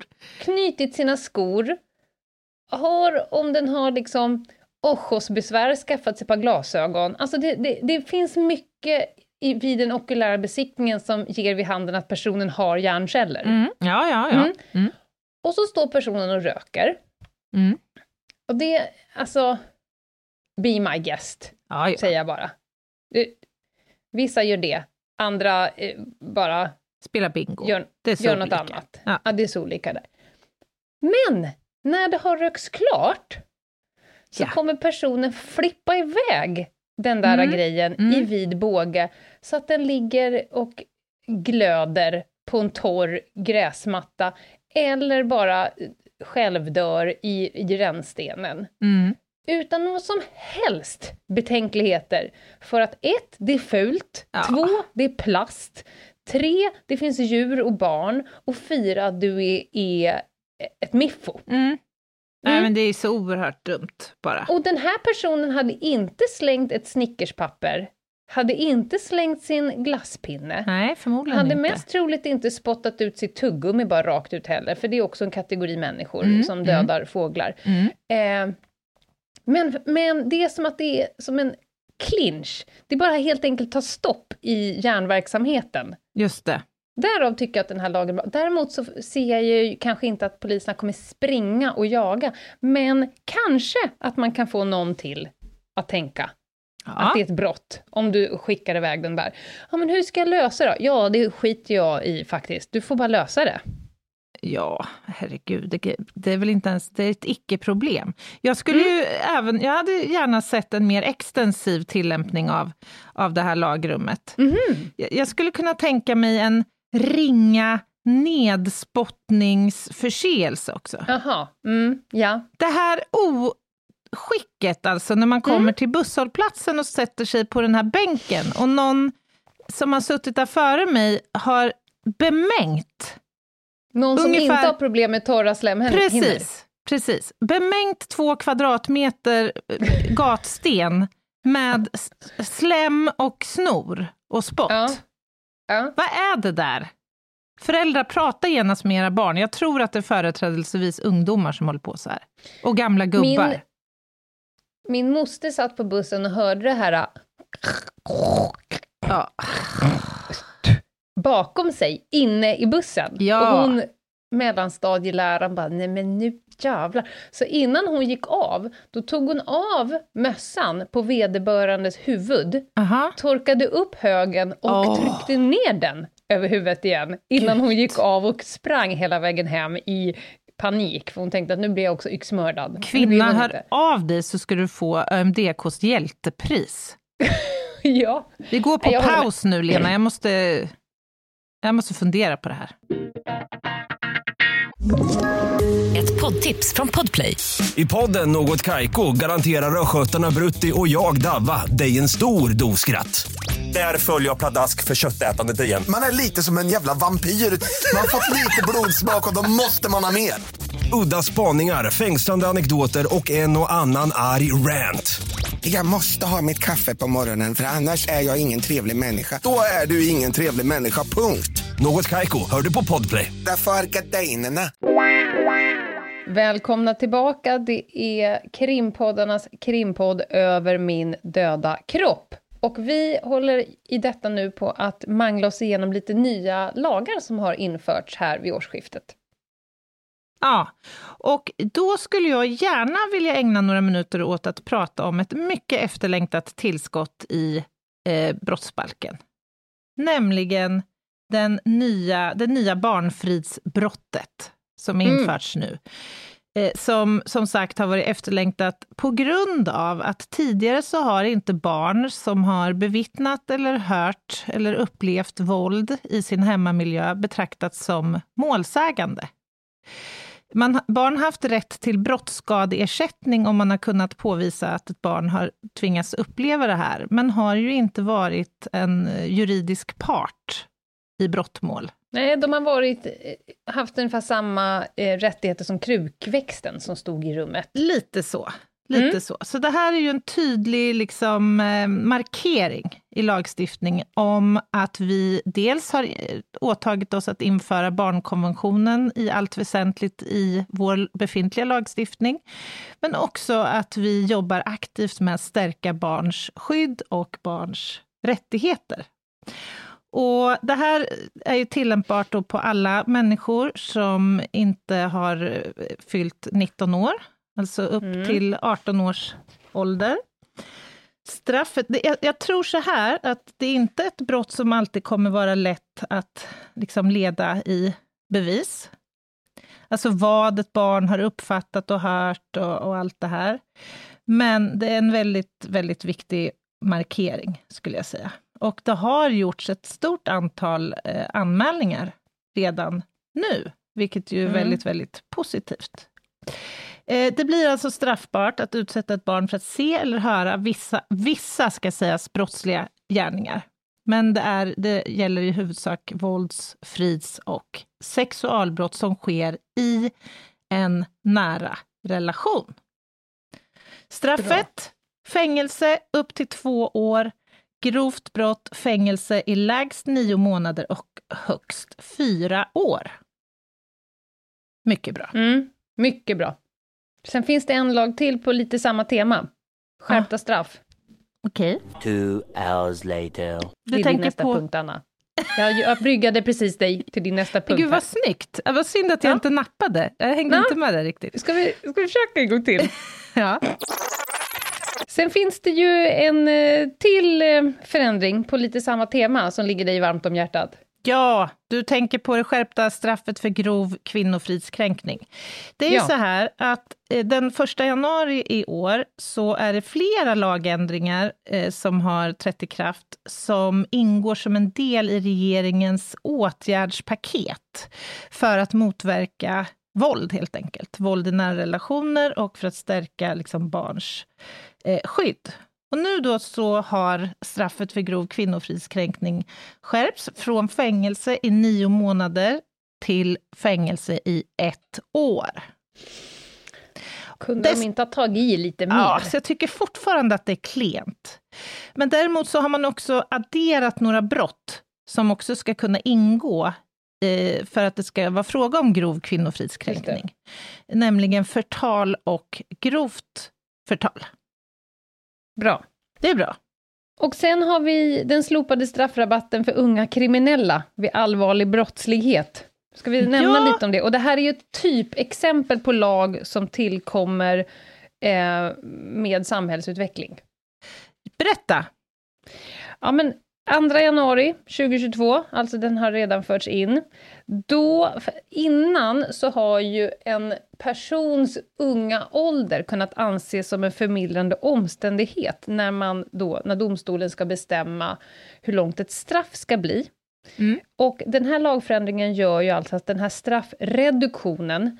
skor. Om den har liksom oschosbesvär, skaffat sig ett par glasögon. Alltså det finns mycket vid den okulära besiktningen som ger vid handen att personen har hjärnceller. Ja. Och så står personen och röker. Och det, alltså, be my guest, säger jag bara. Vissa gör det. Andra bara spela bingo. Gör något annat. Ja, det är så olika där. Men när det har röks klart så kommer personen flippa iväg den där grejen i vid båge så att den ligger och glöder på en torr gräsmatta eller bara självdör i rännstenen. Utan någon som helst betänkligheter. För att 1, det är fult. 2, det är plast. 3, det finns djur och barn. Och 4, du är ett miffo. Nej, men det är så oerhört dumt bara. Och den här personen hade inte slängt ett snickerspapper. Hade inte slängt sin glasspinne. Nej, förmodligen hade inte. Mest troligt inte spottat ut sitt tuggummi bara rakt ut heller. För det är också en kategori människor som dödar fåglar. Men det är som att det är som en clinch. Det är bara helt enkelt ta stopp i hjärnverksamheten. Just det. Därav tycker jag att den här lagen är bra. Däremot så ser jag ju kanske inte att poliserna kommer springa och jaga. Men kanske att man kan få någon till att tänka att det är ett brott. Om du skickar iväg den där. Ja, men hur ska jag lösa det då? Ja, det skiter jag i faktiskt. Du får bara lösa det. Ja, herregud, det är väl inte ens, det är ett icke-problem. Jag skulle ju jag hade gärna sett en mer extensiv tillämpning av det här lagrummet. Jag skulle kunna tänka mig en ringa nedspottningsförseelse också. Jaha, ja. Det här oskicket alltså, när man kommer till busshållplatsen och sätter sig på den här bänken och någon som har suttit där före mig har bemängt. Någon som inte har problem med torra slemhinnor. Precis. Bemängt 2 kvadratmeter gatsten med slem och snor och spott. Ja. Vad är det där? Föräldrar, pratar genast med era barn. Jag tror att det är företrädelsevis ungdomar som håller på så här. Och gamla gubbar. Min moster satt på bussen och hörde det här bakom sig, inne i bussen. Ja. Och hon, mellanstadieläraren, bara, nej men nu jävlar. Så innan hon gick av, då tog hon av mössan på vederbörandes huvud, torkade upp högen och tryckte ner den över huvudet igen, innan hon gick av och sprang hela vägen hem i panik, för hon tänkte att nu blir jag också yxmördad. Kvinna, hör av dig så ska du få ÖMDKs hjältepris. Ja. Vi går på paus nu, Lena. Jag måste fundera på det här. Ett poddtips från Podplay. I podden Något Kaiko garanterar röskötarna Brutti och jag Davva dig en stor doskratt. Där följer jag pladask för köttätandet igen. Man är lite som en jävla vampyr. Man har fått lite blodsmak och då måste man ha mer. Udda spaningar, fängslande anekdoter och en och annan arg rant. Jag måste ha mitt kaffe på morgonen, för annars är jag ingen trevlig människa. Då är du ingen trevlig människa, punkt. Något Kaiko, hör du på Podplay. Därför är gardinerna. Välkomna tillbaka. Det är krimpoddarnas krimpodd Över min döda kropp. Och vi håller i detta nu på att mangla oss igenom lite nya lagar som har införts här vid årsskiftet. Ja, och då skulle jag gärna vilja ägna några minuter åt att prata om ett mycket efterlängtat tillskott i brottsbalken. Nämligen det nya barnfridsbrottet som införts nu. Som sagt har varit efterlängtat på grund av att tidigare så har inte barn som har bevittnat eller hört eller upplevt våld i sin hemmamiljö betraktats som målsägande. Barn har haft rätt till brottsskadeersättning om man har kunnat påvisa att ett barn har tvingats uppleva det här, men har ju inte varit en juridisk part i brottmål. Nej, de har haft ungefär samma rättigheter som krukväxten som stod i rummet. Lite så. Så det här är ju en tydlig markering i lagstiftning om att vi dels har åtagit oss att införa barnkonventionen i allt väsentligt i vår befintliga lagstiftning, men också att vi jobbar aktivt med att stärka barns skydd och barns rättigheter. Och det här är ju tillämpbart då på alla människor som inte har fyllt 19 år, alltså upp till 18 års ålder. Straffet, jag tror så här att det är inte ett brott som alltid kommer vara lätt att leda i bevis. Alltså vad ett barn har uppfattat och hört och allt det här. Men det är en väldigt, väldigt viktig markering skulle jag säga. Och det har gjorts ett stort antal anmälningar redan nu, vilket ju är väldigt, väldigt positivt. Det blir alltså straffbart att utsätta ett barn för att se eller höra vissa ska sägas brottsliga gärningar. Men det gäller i huvudsak vålds-, frids- och sexualbrott som sker i en nära relation. Straffet, fängelse upp till 2 år, grovt brott, fängelse i lägst 9 månader och högst 4 år. Mycket bra. Mycket bra. Sen finns det en lag till på lite samma tema. Skärpta straff. Okej. 2 hours later. Det är din nästa punkt, Anna. Jag bryggade precis dig till din nästa punkt. Gud, vad snyggt. Det var synd att jag inte nappade. Jag hängde inte med där riktigt. Ska vi försöka en gång till? Ja. Sen finns det ju en till förändring på lite samma tema som ligger dig varmt om hjärtat. Ja, du tänker på det skärpta straffet för grov kvinnofridskränkning. Det är ju så här att den 1 januari i år så är det flera lagändringar som har trätt i kraft som ingår som en del i regeringens åtgärdspaket för att motverka våld helt enkelt. Våld i nära relationer och för att stärka liksom barns skydd. Och nu då så har straffet för grov kvinnofridskränkning skärpts från fängelse i 9 månader till fängelse i 1 år. Kunde de inte ha tagit i lite mer? Ja, så jag tycker fortfarande att det är klent. Men däremot så har man också adderat några brott som också ska kunna ingå för att det ska vara fråga om grov kvinnofridskränkning. Nämligen förtal och grovt förtal. Bra. Det är bra. Och sen har vi den slopade straffrabatten för unga kriminella vid allvarlig brottslighet. Ska vi nämna lite om det? Och det här är ju ett typexempel på lag som tillkommer med samhällsutveckling. Berätta. Ja, men 2 januari 2022, alltså den har redan förts in. Då, innan så har ju en persons unga ålder kunnat anses som en förmildrande omständighet när domstolen ska bestämma hur långt ett straff ska bli. Mm. Och den här lagförändringen gör ju alltså att den här straffreduktionen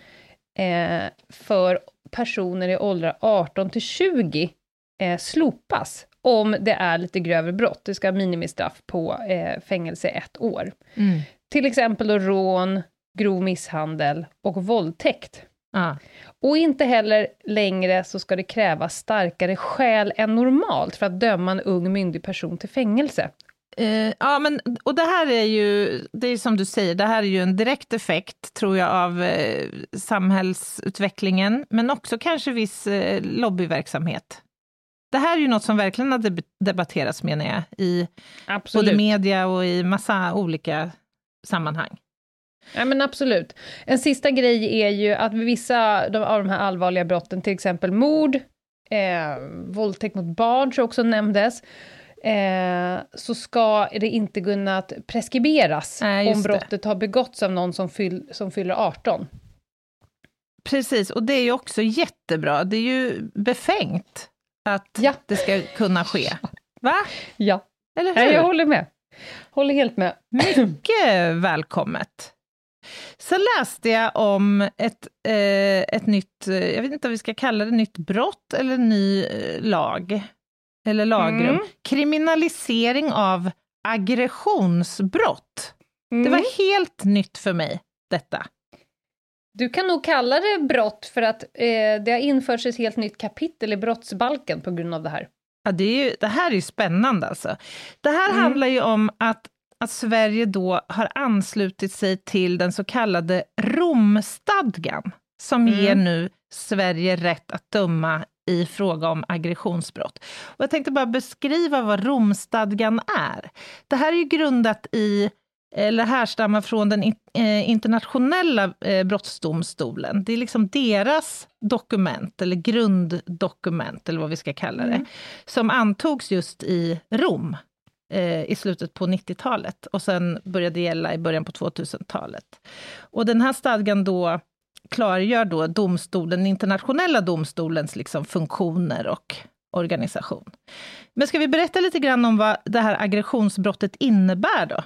för personer i åldrar 18 till 20 slopas. Om det är lite grövre brott. Det ska ha minimistraff på fängelse 1 år. Mm. Till exempel då rån, grov misshandel och våldtäkt. Och inte heller längre så ska det krävas starkare skäl än normalt för att döma en ung myndig person till fängelse. Ja, men och det här är ju, det är som du säger, det här är ju en direkt effekt tror jag av samhällsutvecklingen, men också kanske viss lobbyverksamhet. Det här är ju något som verkligen har debatterats, menar jag, i både media och i massa olika sammanhang. Ja, men absolut. En sista grej är ju att vid vissa av de här allvarliga brotten, till exempel mord, våldtäkt mot barn tror jag också nämndes, så ska det inte kunna preskriberas om brottet har begåtts av någon som fyller 18. Precis, och det är ju också jättebra. Det är ju befängt att det ska kunna ske. Va? Ja. Eller hur? Jag håller med. Håller helt med. Mycket välkommet. Så läste jag om ett nytt, jag vet inte om vi ska kalla det nytt brott eller ny lag. Eller lagrum. Mm. Kriminalisering av aggressionsbrott. Mm. Det var helt nytt för mig, detta. Du kan nog kalla det brott för att det har införts ett helt nytt kapitel i brottsbalken på grund av det här. Ja, det här är ju spännande alltså. Det här handlar ju om att Sverige då har anslutit sig till den så kallade Romstadgan som ger nu Sverige rätt att döma i fråga om aggressionsbrott. Och jag tänkte bara beskriva vad Romstadgan är. Det här är ju grundat i, eller härstammar från den internationella brottsdomstolen. Det är liksom deras dokument, eller grunddokument, eller vad vi ska kalla det, som antogs just i Rom i slutet på 90-talet. Och sen började gälla i början på 2000-talet. Och den här stadgan då klargör då den internationella domstolens liksom funktioner och organisation. Men ska vi berätta lite grann om vad det här aggressionsbrottet innebär då?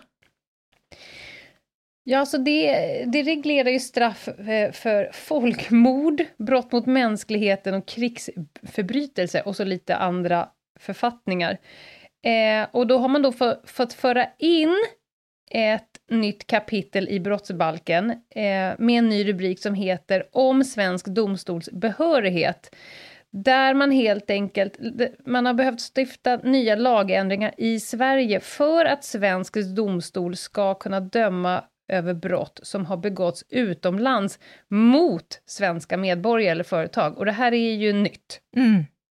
Ja, så det reglerar ju straff för folkmord, brott mot mänskligheten och krigsförbrytelse och så lite andra författningar. Och då har man då fått föra in ett nytt kapitel i brottsbalken med en ny rubrik som heter om svensk domstols behörighet. Där man helt enkelt, man har behövt stifta nya lagändringar i Sverige för att svensk domstol ska kunna döma över brott som har begåtts utomlands mot svenska medborgare eller företag. Och det här är ju nytt. Mm.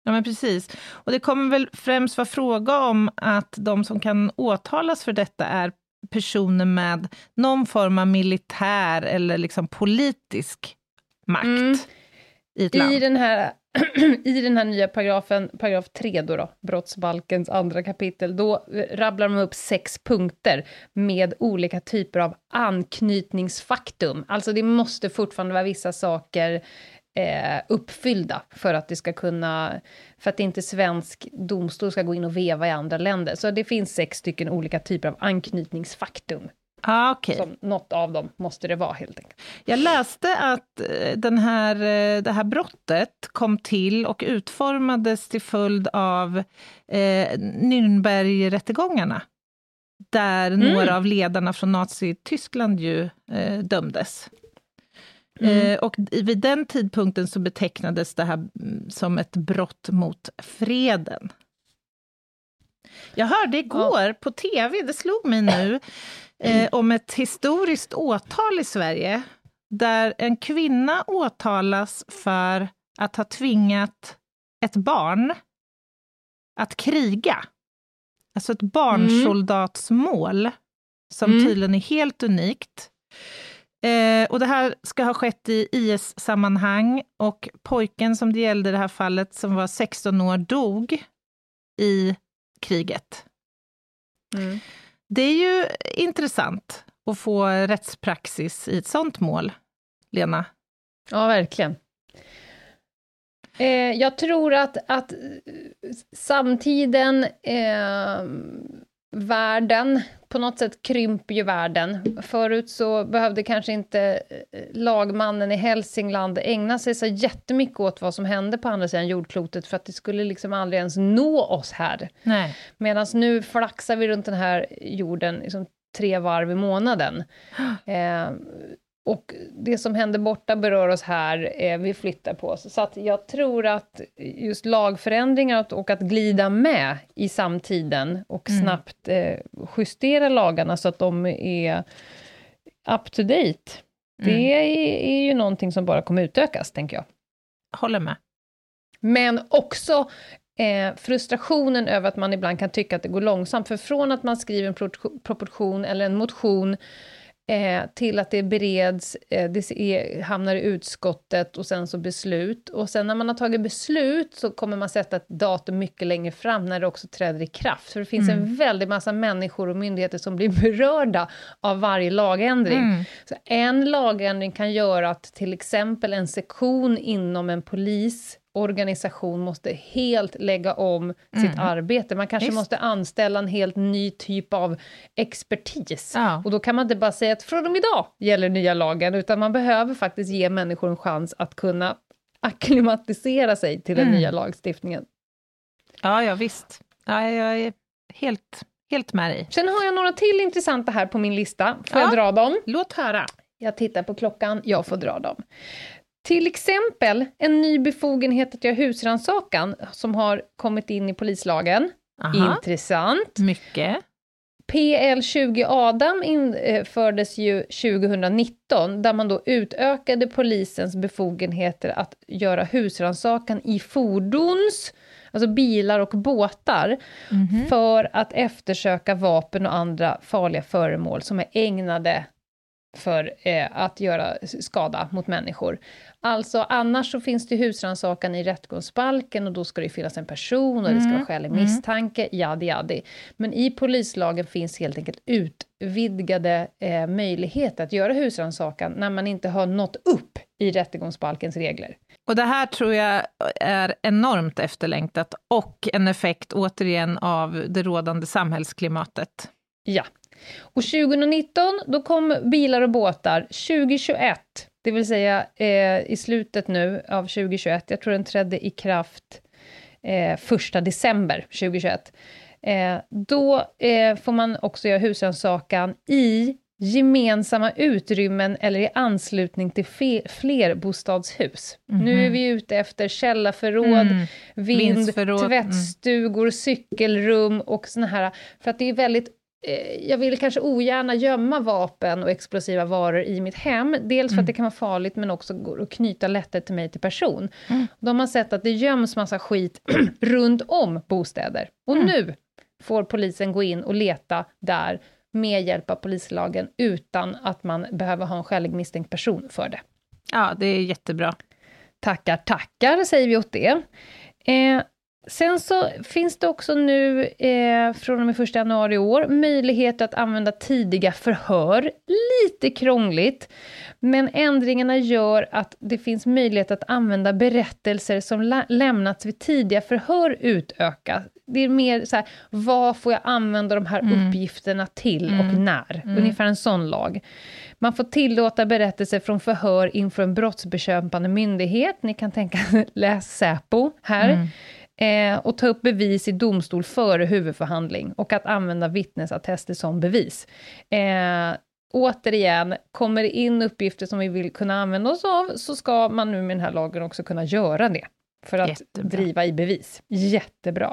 Ja, men precis. Och det kommer väl främst vara fråga om att de som kan åtalas för detta är personer med någon form av militär eller liksom politisk makt i ett land. I den här nya paragrafen, paragraf 3 då, brottsbalkens 2 kapitel, då rabblar de upp 6 punkter med olika typer av anknytningsfaktum. Alltså det måste fortfarande vara vissa saker uppfyllda för att det ska kunna, för att inte svensk domstol ska gå in och veva i andra länder. Så det finns 6 stycken olika typer av anknytningsfaktum. Okay. Som något av dem måste det vara helt enkelt. Jag läste att det här brottet kom till och utformades till följd av Nürnbergrättegångarna. Där några av ledarna från Nazityskland ju dömdes. Och vid den tidpunkten så betecknades det här som ett brott mot freden. Jag hörde igår på tv, det slog mig nu, om ett historiskt åtal i Sverige där en kvinna åtalas för att ha tvingat ett barn att kriga. Alltså ett barnsoldatsmål som tydligen är helt unikt. Och det här ska ha skett i IS-sammanhang och pojken som det gällde i det här fallet som var 16 år dog i kriget. Det är ju intressant att få rättspraxis i ett sånt mål, Lena. Ja, verkligen. Jag tror att samtiden, världen, på något sätt krymper ju världen. Förut så behövde kanske inte lagmannen i Hälsingland ägna sig så jättemycket åt vad som hände på andra sidan jordklotet, för att det skulle liksom aldrig ens nå oss här. Medan nu flaxar vi runt den här jorden liksom 3 varv i månaden. Och det som händer borta berör oss här, vi flyttar på oss. Så att jag tror att just lagförändringar och att glida med i samtiden och snabbt justera lagarna så att de är up to date. Det är ju någonting som bara kommer utökas, tänker jag. Håller med. Men också frustrationen över att man ibland kan tycka att det går långsamt. För från att man skriver en proposition eller en motion till att det bereds, det hamnar i utskottet och sen så beslut. Och sen när man har tagit beslut så kommer man sätta ett datum mycket längre fram när det också träder i kraft. För det finns en väldigt massa människor och myndigheter som blir berörda av varje lagändring. Så en lagändring kan göra att till exempel en sektion inom en polisorganisation måste helt lägga om sitt arbete. Man kanske måste anställa en helt ny typ av expertis. Och då kan man inte bara säga att från och med idag gäller nya lagen, utan man behöver faktiskt ge människor en chans att kunna akklimatisera sig till den nya lagstiftningen. Ja, visst. Ja, jag är helt med dig. Sen har jag några till intressanta här på min lista. Får jag dra dem? Låt höra. Jag tittar på klockan, jag får dra dem. Till exempel en ny befogenhet att göra husrannsakan som har kommit in i polislagen. Intressant. Mycket. PL20 Adam infördes ju 2019 där man då utökade polisens befogenheter att göra husrannsakan i fordons, alltså bilar och båtar, för att eftersöka vapen och andra farliga föremål som är ägnade för att göra skada mot människor. Alltså annars så finns det husrannsakan i rättegångsbalken och då ska det finnas en person och det ska vara skälig misstanke, jadi. Men i polislagen finns helt enkelt utvidgade möjligheter att göra husrannsakan när man inte har nått upp i rättegångsbalkens regler. Och det här tror jag är enormt efterlängtat och en effekt återigen av det rådande samhällsklimatet. Ja. Och 2019 då kom bilar och båtar. 2021, det vill säga i slutet nu av 2021, jag tror den trädde i kraft 1 december 2021. Då får man också göra husrannsakan i gemensamma utrymmen eller i anslutning till flerbostadshus. Nu är vi ute efter källarförråd, vindsförråd, tvättstugor, cykelrum och såna här. För att det är väldigt jag vill kanske ogärna gömma vapen och explosiva varor i mitt hem. Dels för att det kan vara farligt, men också går att knyta lättare till mig till person. De har sett att det göms massa skit runt om bostäder. Och nu får polisen gå in och leta där med hjälp av polislagen utan att man behöver ha en skälig misstänkt person för det. Ja, det är jättebra. Tackar säger vi åt det. Sen så finns det också nu från och med 1 januari i år möjlighet att använda tidiga förhör. Lite krångligt, men ändringarna gör att det finns möjlighet att använda berättelser som lämnats vid tidiga förhör utökas. Det är mer så här, vad får jag använda de här uppgifterna till och när? Ungefär en sån lag. Man får tillåta berättelser från förhör inför en brottsbekämpande myndighet. Ni kan tänka, läs Säpo här. Och ta upp bevis i domstol före huvudförhandling. Och att använda vittnesattester som bevis. Återigen, kommer det in uppgifter som vi vill kunna använda oss av, så ska man nu med den här lagen också kunna göra det. För att driva i bevis. Jättebra.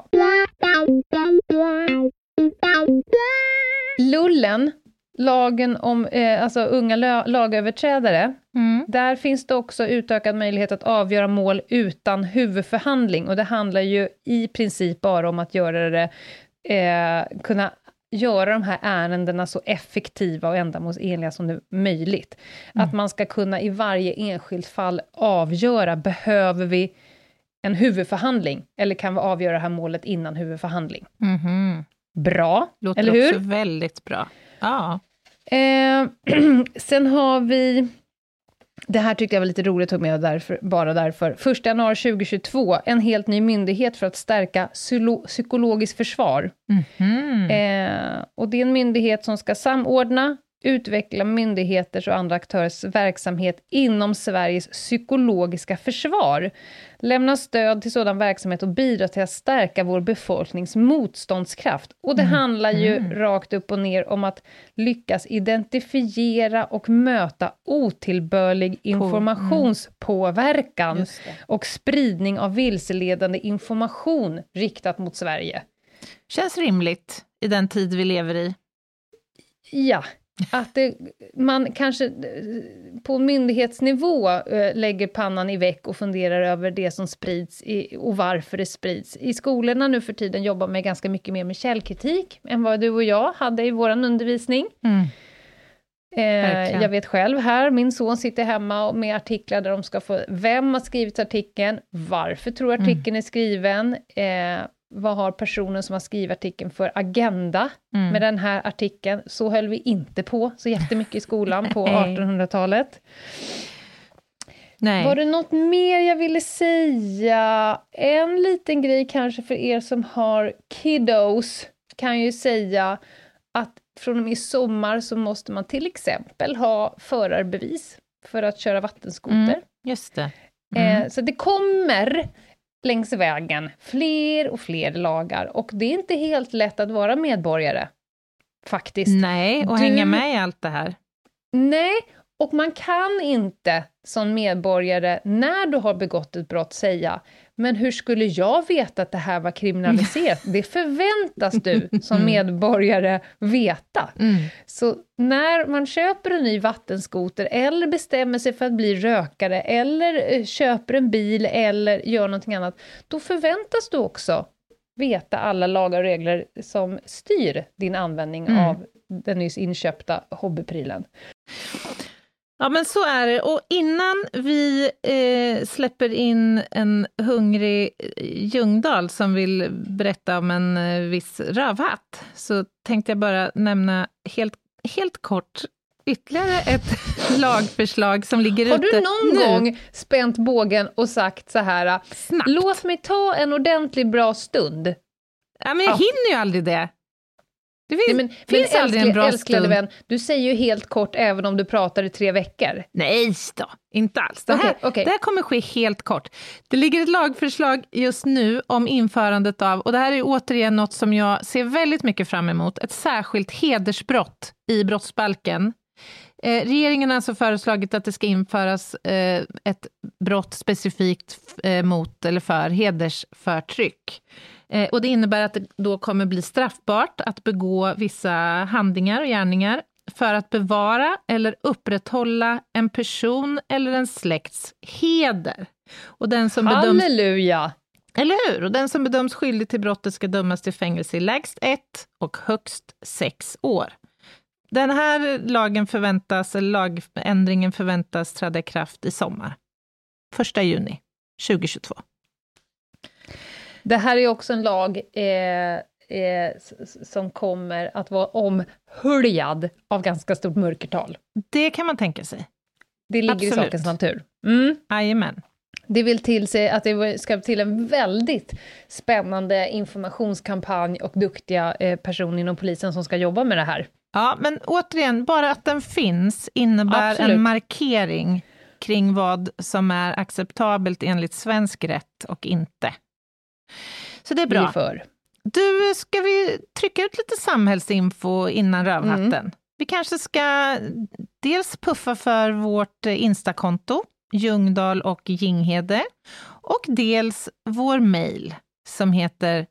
Lullen, lagen om alltså unga lagöverträdare. Där finns det också utökad möjlighet att avgöra mål utan huvudförhandling. Och det handlar ju i princip bara om att göra det, kunna göra de här ärendena så effektiva och ändamålsenliga som det är möjligt. Att man ska kunna i varje enskilt fall avgöra, behöver vi en huvudförhandling eller kan vi avgöra det här målet innan huvudförhandling? Bra, låter eller hur? Också väldigt bra. Ja. Sen har vi, det här tyckte jag var lite roligt att ta med bara därför. 1 januari 2022, en helt ny myndighet för att stärka psykologiskt försvar. Och det är en myndighet som ska samordna, utveckla myndigheters och andra aktörers verksamhet inom Sveriges psykologiska försvar. Lämna stöd till sådan verksamhet och bidra till att stärka vår befolknings motståndskraft. Och det handlar ju rakt upp och ner om att lyckas identifiera och möta otillbörlig informationspåverkan och spridning av vilseledande information riktat mot Sverige. Känns rimligt i den tid vi lever i. Ja. Att man kanske på myndighetsnivå lägger pannan i väck och funderar över det som sprids och varför det sprids. I skolorna nu för tiden jobbar man ganska mycket mer med källkritik än vad du och jag hade i våran undervisning. Jag vet själv här, min son sitter hemma med artiklar där de ska få, vem har skrivit artikeln, varför tror artikeln är skriven, vad har personen som har skrivit artikeln för agenda med den här artikeln. Så höll vi inte på så jättemycket i skolan på 1800-talet. Nej. Var det något mer jag ville säga? En liten grej kanske för er som har kiddos kan ju säga att från och med i sommar så måste man till exempel ha förarbevis för att köra vattenskoter. Just det. Så det kommer längs vägen fler och fler lagar. Och det är inte helt lätt att vara medborgare. Faktiskt. Nej, och hänga med i allt det här. Nej, och man kan inte som medborgare när du har begått ett brott säga, men hur skulle jag veta att det här var kriminaliserat? Det förväntas du som medborgare veta. Så när man köper en ny vattenskoter eller bestämmer sig för att bli rökare eller köper en bil eller gör någonting annat, då förväntas du också veta alla lagar och regler som styr din användning av den nyss inköpta hobbyprylen. Ja, men så är det. Och innan vi släpper in en hungrig Ljungdahl som vill berätta om en viss rövhatt, så tänkte jag bara nämna helt kort ytterligare ett lagförslag som ligger ute. Har du någon gång spänt bågen och sagt så här, snabbt, låt mig ta en ordentlig bra stund? Ja, men jag hinner ju aldrig det. Det finns aldrig en bra stund. Vän, du säger ju helt kort även om du pratar i 3 veckor. Nej då, inte alls. Det här kommer ske helt kort. Det ligger ett lagförslag just nu om införandet av, och det här är återigen något som jag ser väldigt mycket fram emot, ett särskilt hedersbrott i brottsbalken. Regeringen har alltså föreslagit att det ska införas ett brott specifikt mot eller för hedersförtryck. Och det innebär att det då kommer bli straffbart att begå vissa handlingar och gärningar för att bevara eller upprätthålla en person eller en släkts heder. Och den som Halleluja! Eller hur? Och den som bedöms skyldig till brottet ska dömas till fängelse i lägst 1 och högst 6 år. Den här lagändringen förväntas träda i kraft i sommar. 1 juni 2022. Det här är också en lag som kommer att vara omhuljad av ganska stort mörkertal. Det kan man tänka sig. Det ligger Absolut. i sakens natur. Jajamän. Det vill till sig att det ska till en väldigt spännande informationskampanj och duktiga personer inom polisen som ska jobba med det här. Ja, men återigen, bara att den finns innebär Absolut. en markering kring vad som är acceptabelt enligt svensk rätt och inte. Så det är bra. Du, ska vi trycka ut lite samhällsinfo innan rövhatten? Vi kanske ska dels puffa för vårt Instakonto, Ljungdahl och Ginghede, och dels vår mejl som heter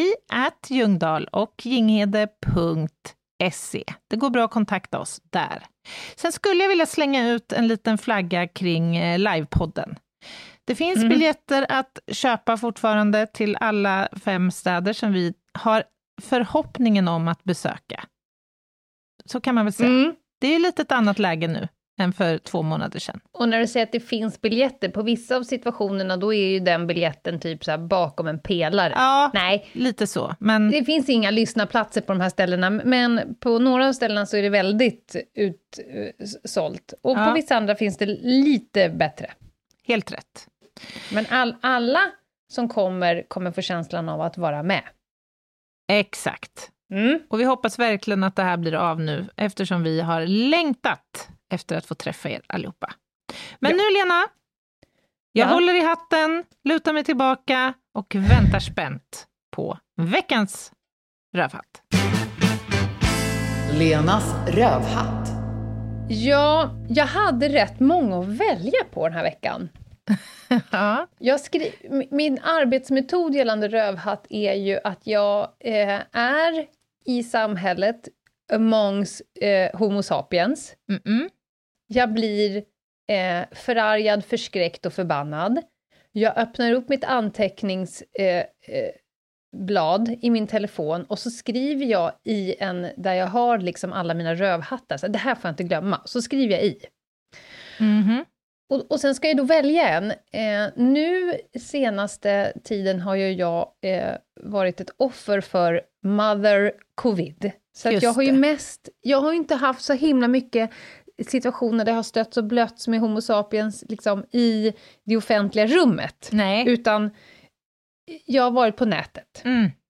hej@ljungdahlochginghede.se. Det går bra att kontakta oss där. Sen skulle jag vilja slänga ut en liten flagga kring livepodden. Det finns biljetter att köpa fortfarande till alla 5 städer som vi har förhoppningen om att besöka. Så kan man väl säga. Det är lite ett annat läge nu än för 2 månader sedan. Och när du säger att det finns biljetter, på vissa av situationerna då är ju den biljetten typ så här bakom en pelare. Ja, nej, lite så. Men det finns inga lyssnarplatser på de här ställena, men på några av ställena så är det väldigt utsålt. Och på vissa andra finns det lite bättre. Helt rätt. Men alla som kommer få känslan av att vara med. Exakt. Och vi hoppas verkligen att det här blir av nu, eftersom vi har längtat efter att få träffa er allihopa. Men nu, Lena, jag håller i hatten, lutar mig tillbaka och väntar spänt på veckans rövhatt. Lenas rövhatt. Ja, jag hade rätt många att välja på den här veckan. Ja. Min arbetsmetod gällande rövhatt är ju att jag är i samhället amongst homo sapiens. Jag blir förargad, förskräckt och förbannad. Jag öppnar upp mitt anteckningsblad i min telefon och så skriver jag i där jag har liksom alla mina rövhattar. Så det här får jag inte glömma. Så skriver jag i. Och sen ska jag då välja en. Nu senaste tiden har ju jag varit ett offer för Mother Covid. Så att jag har inte haft så himla mycket situationer där jag har stötts och blötts med homo sapiens liksom, i det offentliga rummet. Nej. Utan jag har varit på nätet.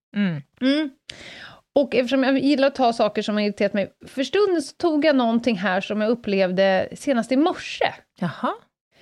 Och eftersom jag gillar att ta saker som har irriterat mig, för stunden så tog jag någonting här som jag upplevde senast i morse. Jaha.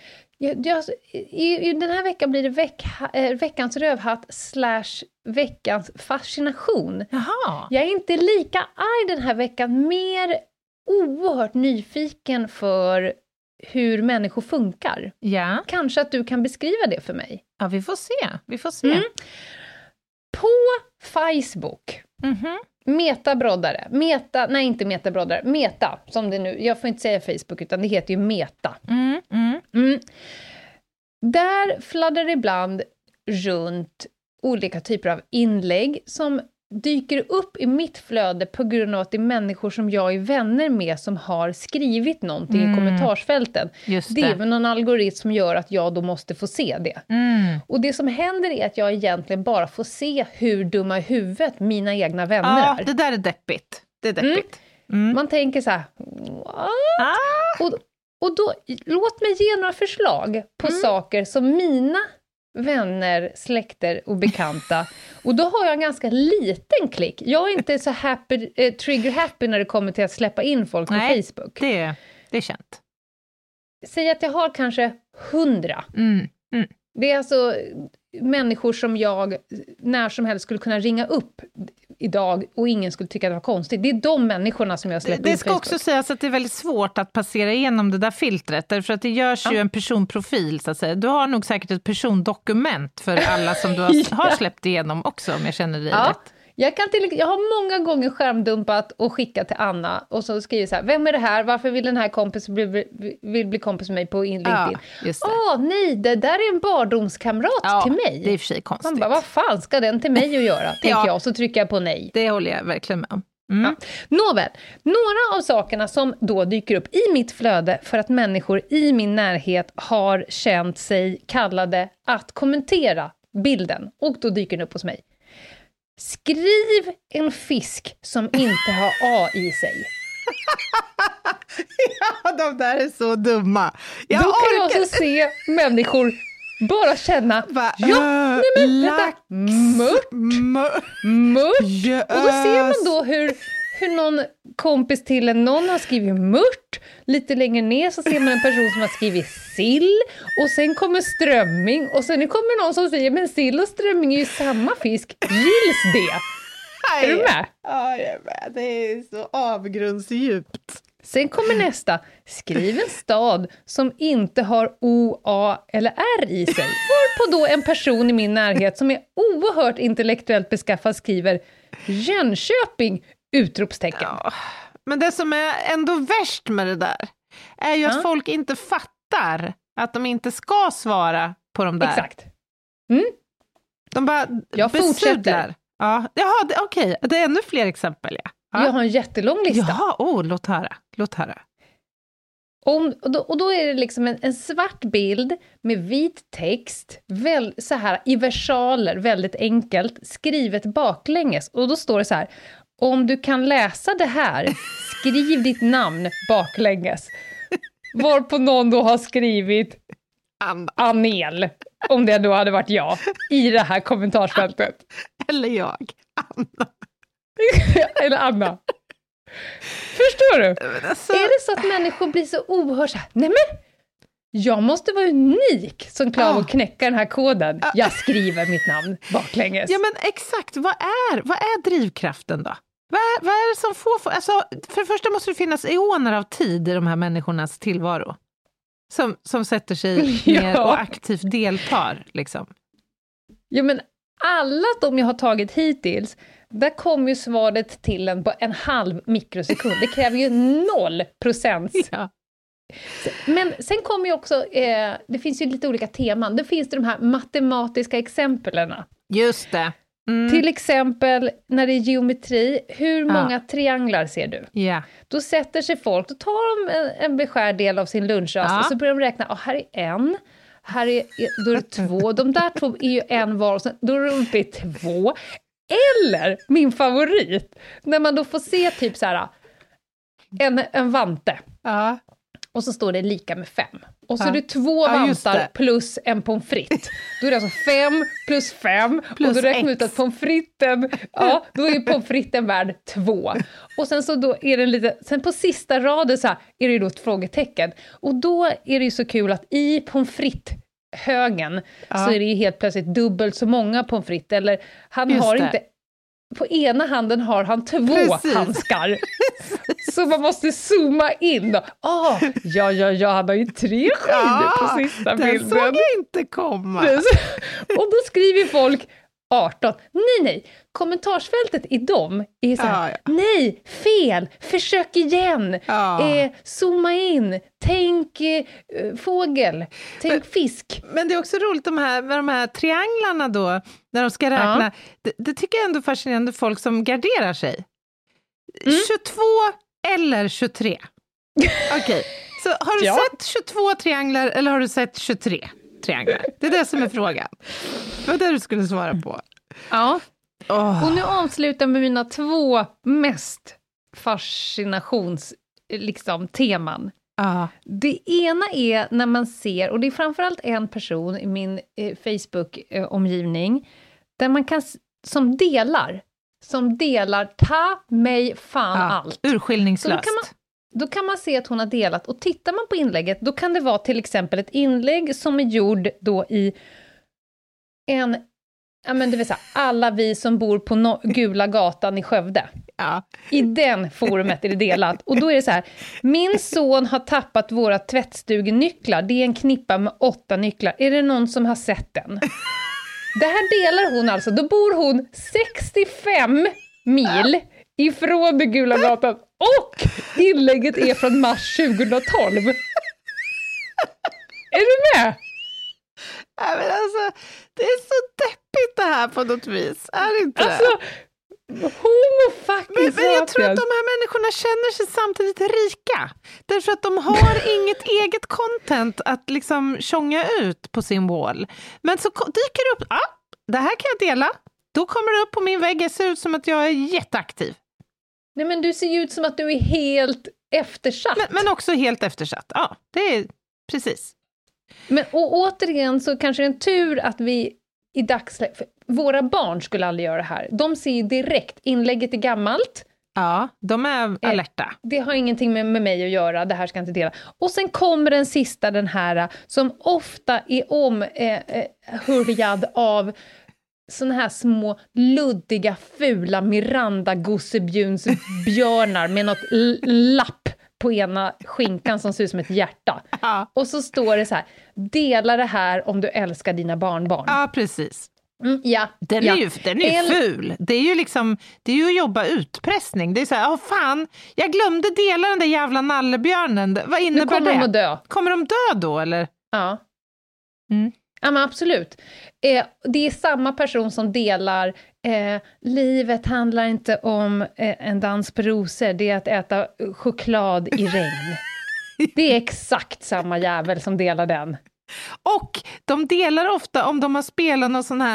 I den här veckan blir det veckans rövhatt / veckans fascination. Jaha. Jag är inte lika arg den här veckan, mer oerhört nyfiken för hur människor funkar. Ja. Kanske att du kan beskriva det för mig. Ja, vi får se. På Facebook. Meta, som det nu, jag får inte säga Facebook utan det heter ju Meta. Där fladdrar det ibland runt olika typer av inlägg som dyker upp i mitt flöde på grund av att det är människor som jag är vänner med som har skrivit någonting i kommentarsfälten. Det är väl någon algoritm som gör att jag då måste få se det. Och det som händer är att jag egentligen bara får se hur dumma i huvudet mina egna vänner är. Ja, det där är deppigt. Det är deppigt. Man tänker så här, och då, låt mig ge några förslag på saker som mina vänner, släkter och bekanta. Och då har jag en ganska liten klick. Jag är inte så trigger happy när det kommer till att släppa in folk på Facebook. Det är känt. Säg att jag har kanske 100. Det är alltså människor som jag när som helst skulle kunna ringa upp idag och ingen skulle tycka det var konstigt. Det är de människorna som jag släpper Det ska också sägas att det är väldigt svårt att passera igenom det där filtret, därför att det görs ju en personprofil, så att säga. Du har nog säkert ett persondokument för alla som du har släppt igenom också, om jag känner dig rätt. Jag har många gånger skärmdumpat och skickat till Anna och så skriver så här: vem är det här? Varför vill den här kompisen bli kompis med mig på LinkedIn? Nej, det där är en barndomskamrat till mig. Det är i och för sig konstigt. Man bara, vad fan ska den till mig att göra? Tänker jag, så trycker jag på nej. Det håller jag verkligen med om. Nåväl, några av sakerna som då dyker upp i mitt flöde för att människor i min närhet har känt sig kallade att kommentera bilden, och då dyker den upp hos mig. Skriv en fisk som inte har A i sig. Ja, de där är så dumma. Då kan jag också se människor bara känna, mört. Och då ser man då hur någon kompis till någon har skrivit mört. Lite längre ner så ser man en person som har skrivit sill. Och sen kommer strömming. Och sen kommer någon som säger, men sill och strömming är ju samma fisk. Gills det? Är du med? Ja, jag är med. Det är så avgrundsdjupt. Sen kommer nästa. Skriv en stad som inte har O, A eller R i sig. Varpå då en person i min närhet som är oerhört intellektuellt beskaffad skriver Jönköping! Utropstecken. Ja, men det som är ändå värst med det där är ju att folk inte fattar att de inte ska svara på de där. Exakt. De bara fortsätter. Ja, okej. Det är ännu fler exempel. Ja. Jag har en jättelång lista. Ja, låt höra. Och då är det liksom en svart bild med vit text, så här i versaler, väldigt enkelt, skrivet baklänges. Och då står det så här: om du kan läsa det här, skriv ditt namn baklänges. Varpå någon då har skrivit Anel, om det då hade varit jag, i det här kommentarsfältet. Eller jag, Anna. Eller Anna. Förstår du? Alltså... Är det så att människor blir så oerhört så här, nej men, jag måste vara unik som klarar att knäcka den här koden. Jag skriver mitt namn baklänges. Ja, men exakt. Vad är drivkraften då? Vad är det som får... Alltså, för det första måste det finnas eoner av tid i de här människornas tillvaro. Som sätter sig ner och aktivt deltar, liksom. Ja, men alla de jag har tagit hittills, där kommer ju svaret till en på en halv mikrosekund. Det kräver ju 0%. Ja. Men sen kommer ju också, det finns ju lite olika teman. Det finns de här matematiska exemplen. Just det. Till exempel när det är geometri, hur många trianglar ser du? Yeah. Då sätter sig folk, då tar de en beskärd del av sin lunchrast och så börjar de räkna, här är en, då är det två, de där två är ju en var, och sen, då är det uppe i 2. Eller, min favorit, när man då får se typ så här en vante. Ja. Och så står det lika med 5. Och så är det 2 vantar plus en pommes frites. Då är det alltså 5 plus 5. Plus och då räknar ut att pommes fritesen, då är pommes fritesen värd 2. Och sen så då är det lite, sen på sista raden så här, är det då ett frågetecken. Och då är det ju så kul att i pommes frites högen så är det ju helt plötsligt dubbelt så många pommes frites. Eller han har inte... På ena handen har han 2 handskar. Så man måste zooma in. Han har ju 3 skidor på sista bilden. Den såg jag inte komma. Och då skriver folk 18. Nej. Kommentarsfältet i dem är så här. Nej, fel. Försök igen. Zooma in. Tänk fågel. Tänk fisk. Men det är också roligt med de här trianglarna då. När de ska räkna. Det tycker jag ändå är fascinerande, folk som garderar sig. 22 eller 23. Okej. Så har du sett 22 trianglar eller har du sett 23 trianglar? Det är det som är frågan. Det var det du skulle svara på. Ja. Och nu avslutar med mina 2 mest fascinations teman. Det ena är när man ser, och det är framförallt en person i min Facebook-omgivning, där man kan, som delar ta mig fan allt. Urskiljningslöst. Då kan man se att hon har delat, och tittar man på inlägget, då kan det vara till exempel ett inlägg som är gjord då i ja men det vill säga alla vi som bor på Gula gatan i Skövde. Ja. I den forumet är det delat. Och då är det så här, min son har tappat våra tvättstugenycklar. Det är en knippa med 8 nycklar. Är det någon som har sett den? Det här delar hon alltså. Då bor hon 65 mil ifrån den Gula gatan. Och inlägget är från mars 2012. Är du med? Ja, men alltså, det är så deppigt det här på något vis. Är det inte alltså, men jag tror att de här människorna känner sig samtidigt rika. Därför att de har inget eget content att liksom tjonga ut på sin wall. Men så dyker det upp, det här kan jag dela. Då kommer det upp på min vägg. Det ser ut som att jag är jätteaktiv. Nej, men du ser ju ut som att du är helt eftersatt. Men också helt eftersatt. Ja, det är precis. Men och återigen så kanske det är en tur att vi i dagsläget, våra barn skulle aldrig göra det här. De ser ju direkt, inlägget är gammalt. Ja, de är alerta. Det har ingenting med mig att göra, det här ska jag inte dela. Och sen kommer den sista, den här, som ofta är hurjad av såna här små, luddiga, fula Miranda-gossebjuns björnar med något lapp på ena skinkan som ser ut som ett hjärta. Ja. Och så står det så här, dela det här om du älskar dina barnbarn. Ja, precis. Ja. Den är ju ful. Det är ju liksom, det är ju att jobba utpressning. Det är så här, fan, jag glömde dela den där jävla nallebjörnen. Vad innebär det? Nu kommer de att dö. Kommer de dö då, eller? Ja. Mm. Ja, men absolut. Det är samma person som delar livet handlar inte om en dans på rosor, det är att äta choklad i regn. Det är exakt samma jävel som delar den. Och de delar ofta om de har spelat någon sån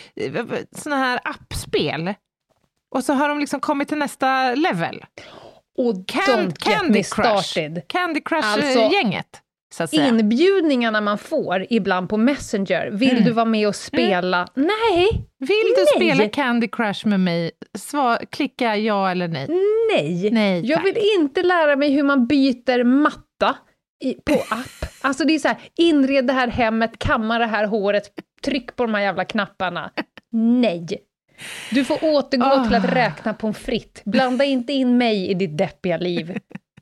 här appspel. Och så har de liksom kommit till nästa level. Och Candy Crush. Candy Crush-gänget. Inbjudningarna man får ibland på Messenger. Vill du vara med och spela? Nej. Vill du spela Candy Crush med mig? Klicka ja eller nej. Nej, jag vill inte lära mig hur man byter matta på app. Alltså det är så här, inred det här hemmet, kamma det här håret, tryck på de här jävla knapparna. Nej. Du får återgå till att räkna på en fritt. Blanda inte in mig i ditt deppiga liv.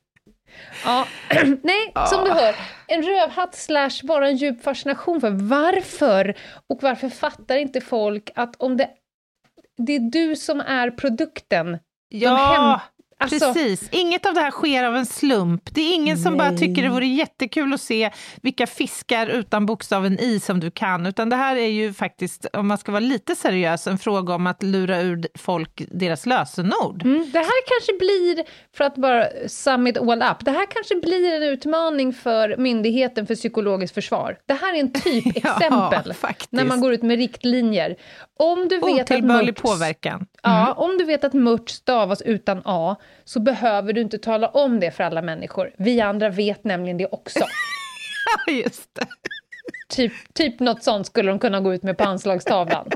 Ja, nej, som du hör, en rövhatt / bara en djup fascination för varför fattar inte folk att om det är du som är produkten. Ja, precis. Inget av det här sker av en slump. Det är ingen som bara tycker det vore jättekul att se vilka fiskar utan bokstaven i som du kan. Utan det här är ju faktiskt, om man ska vara lite seriös, en fråga om att lura ur folk deras lösenord. Det här kanske blir, för att bara sum it all up, det här kanske blir en utmaning för Myndigheten för psykologiskt försvar. Det här är en typexempel när man går ut med riktlinjer. Om du vet otillbörlig påverkan. Ja, om du vet att mört stavas utan A, så behöver du inte tala om det för alla människor. Vi andra vet nämligen det också. Ja, just det. Typ något sånt skulle de kunna gå ut med på anslagstavlan.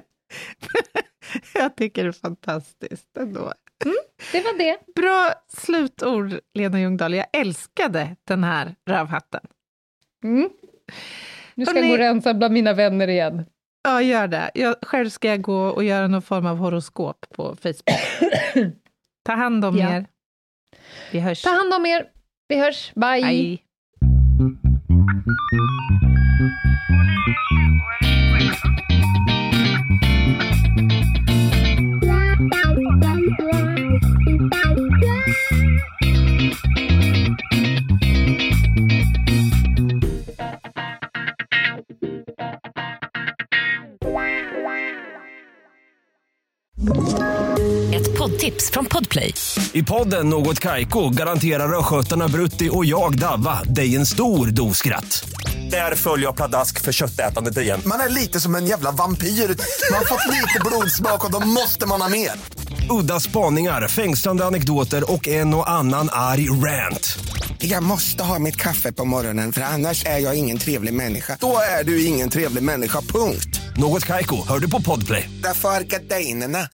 Jag tycker det är fantastiskt ändå. Det var det. Bra slutord, Lena Ljungdahl. Jag älskade den här rövhatten. Nu ska jag gå och rensa bland mina vänner igen. Ja, gör det. Själv ska jag gå och göra någon form av horoskop på Facebook. Ta hand om er. Vi hörs. Ta hand om er. Vi hörs. Bye. Bye. Ett poddtips från Podplay. I podden Något Kaiko garanterar röskötarna Brutti och jag Davva dig en stor doskratt. Där följer jag pladask för köttätandet igen. Man är lite som en jävla vampyr. Man har fått lite blodsmak och då måste man ha mer. Udda spaningar, fängslande anekdoter och en och annan arg rant. Jag måste ha mitt kaffe på morgonen för annars är jag ingen trevlig människa. Då är du ingen trevlig människa, punkt. Något Kaiko, hör du på Podplay. Därför är gardinerna.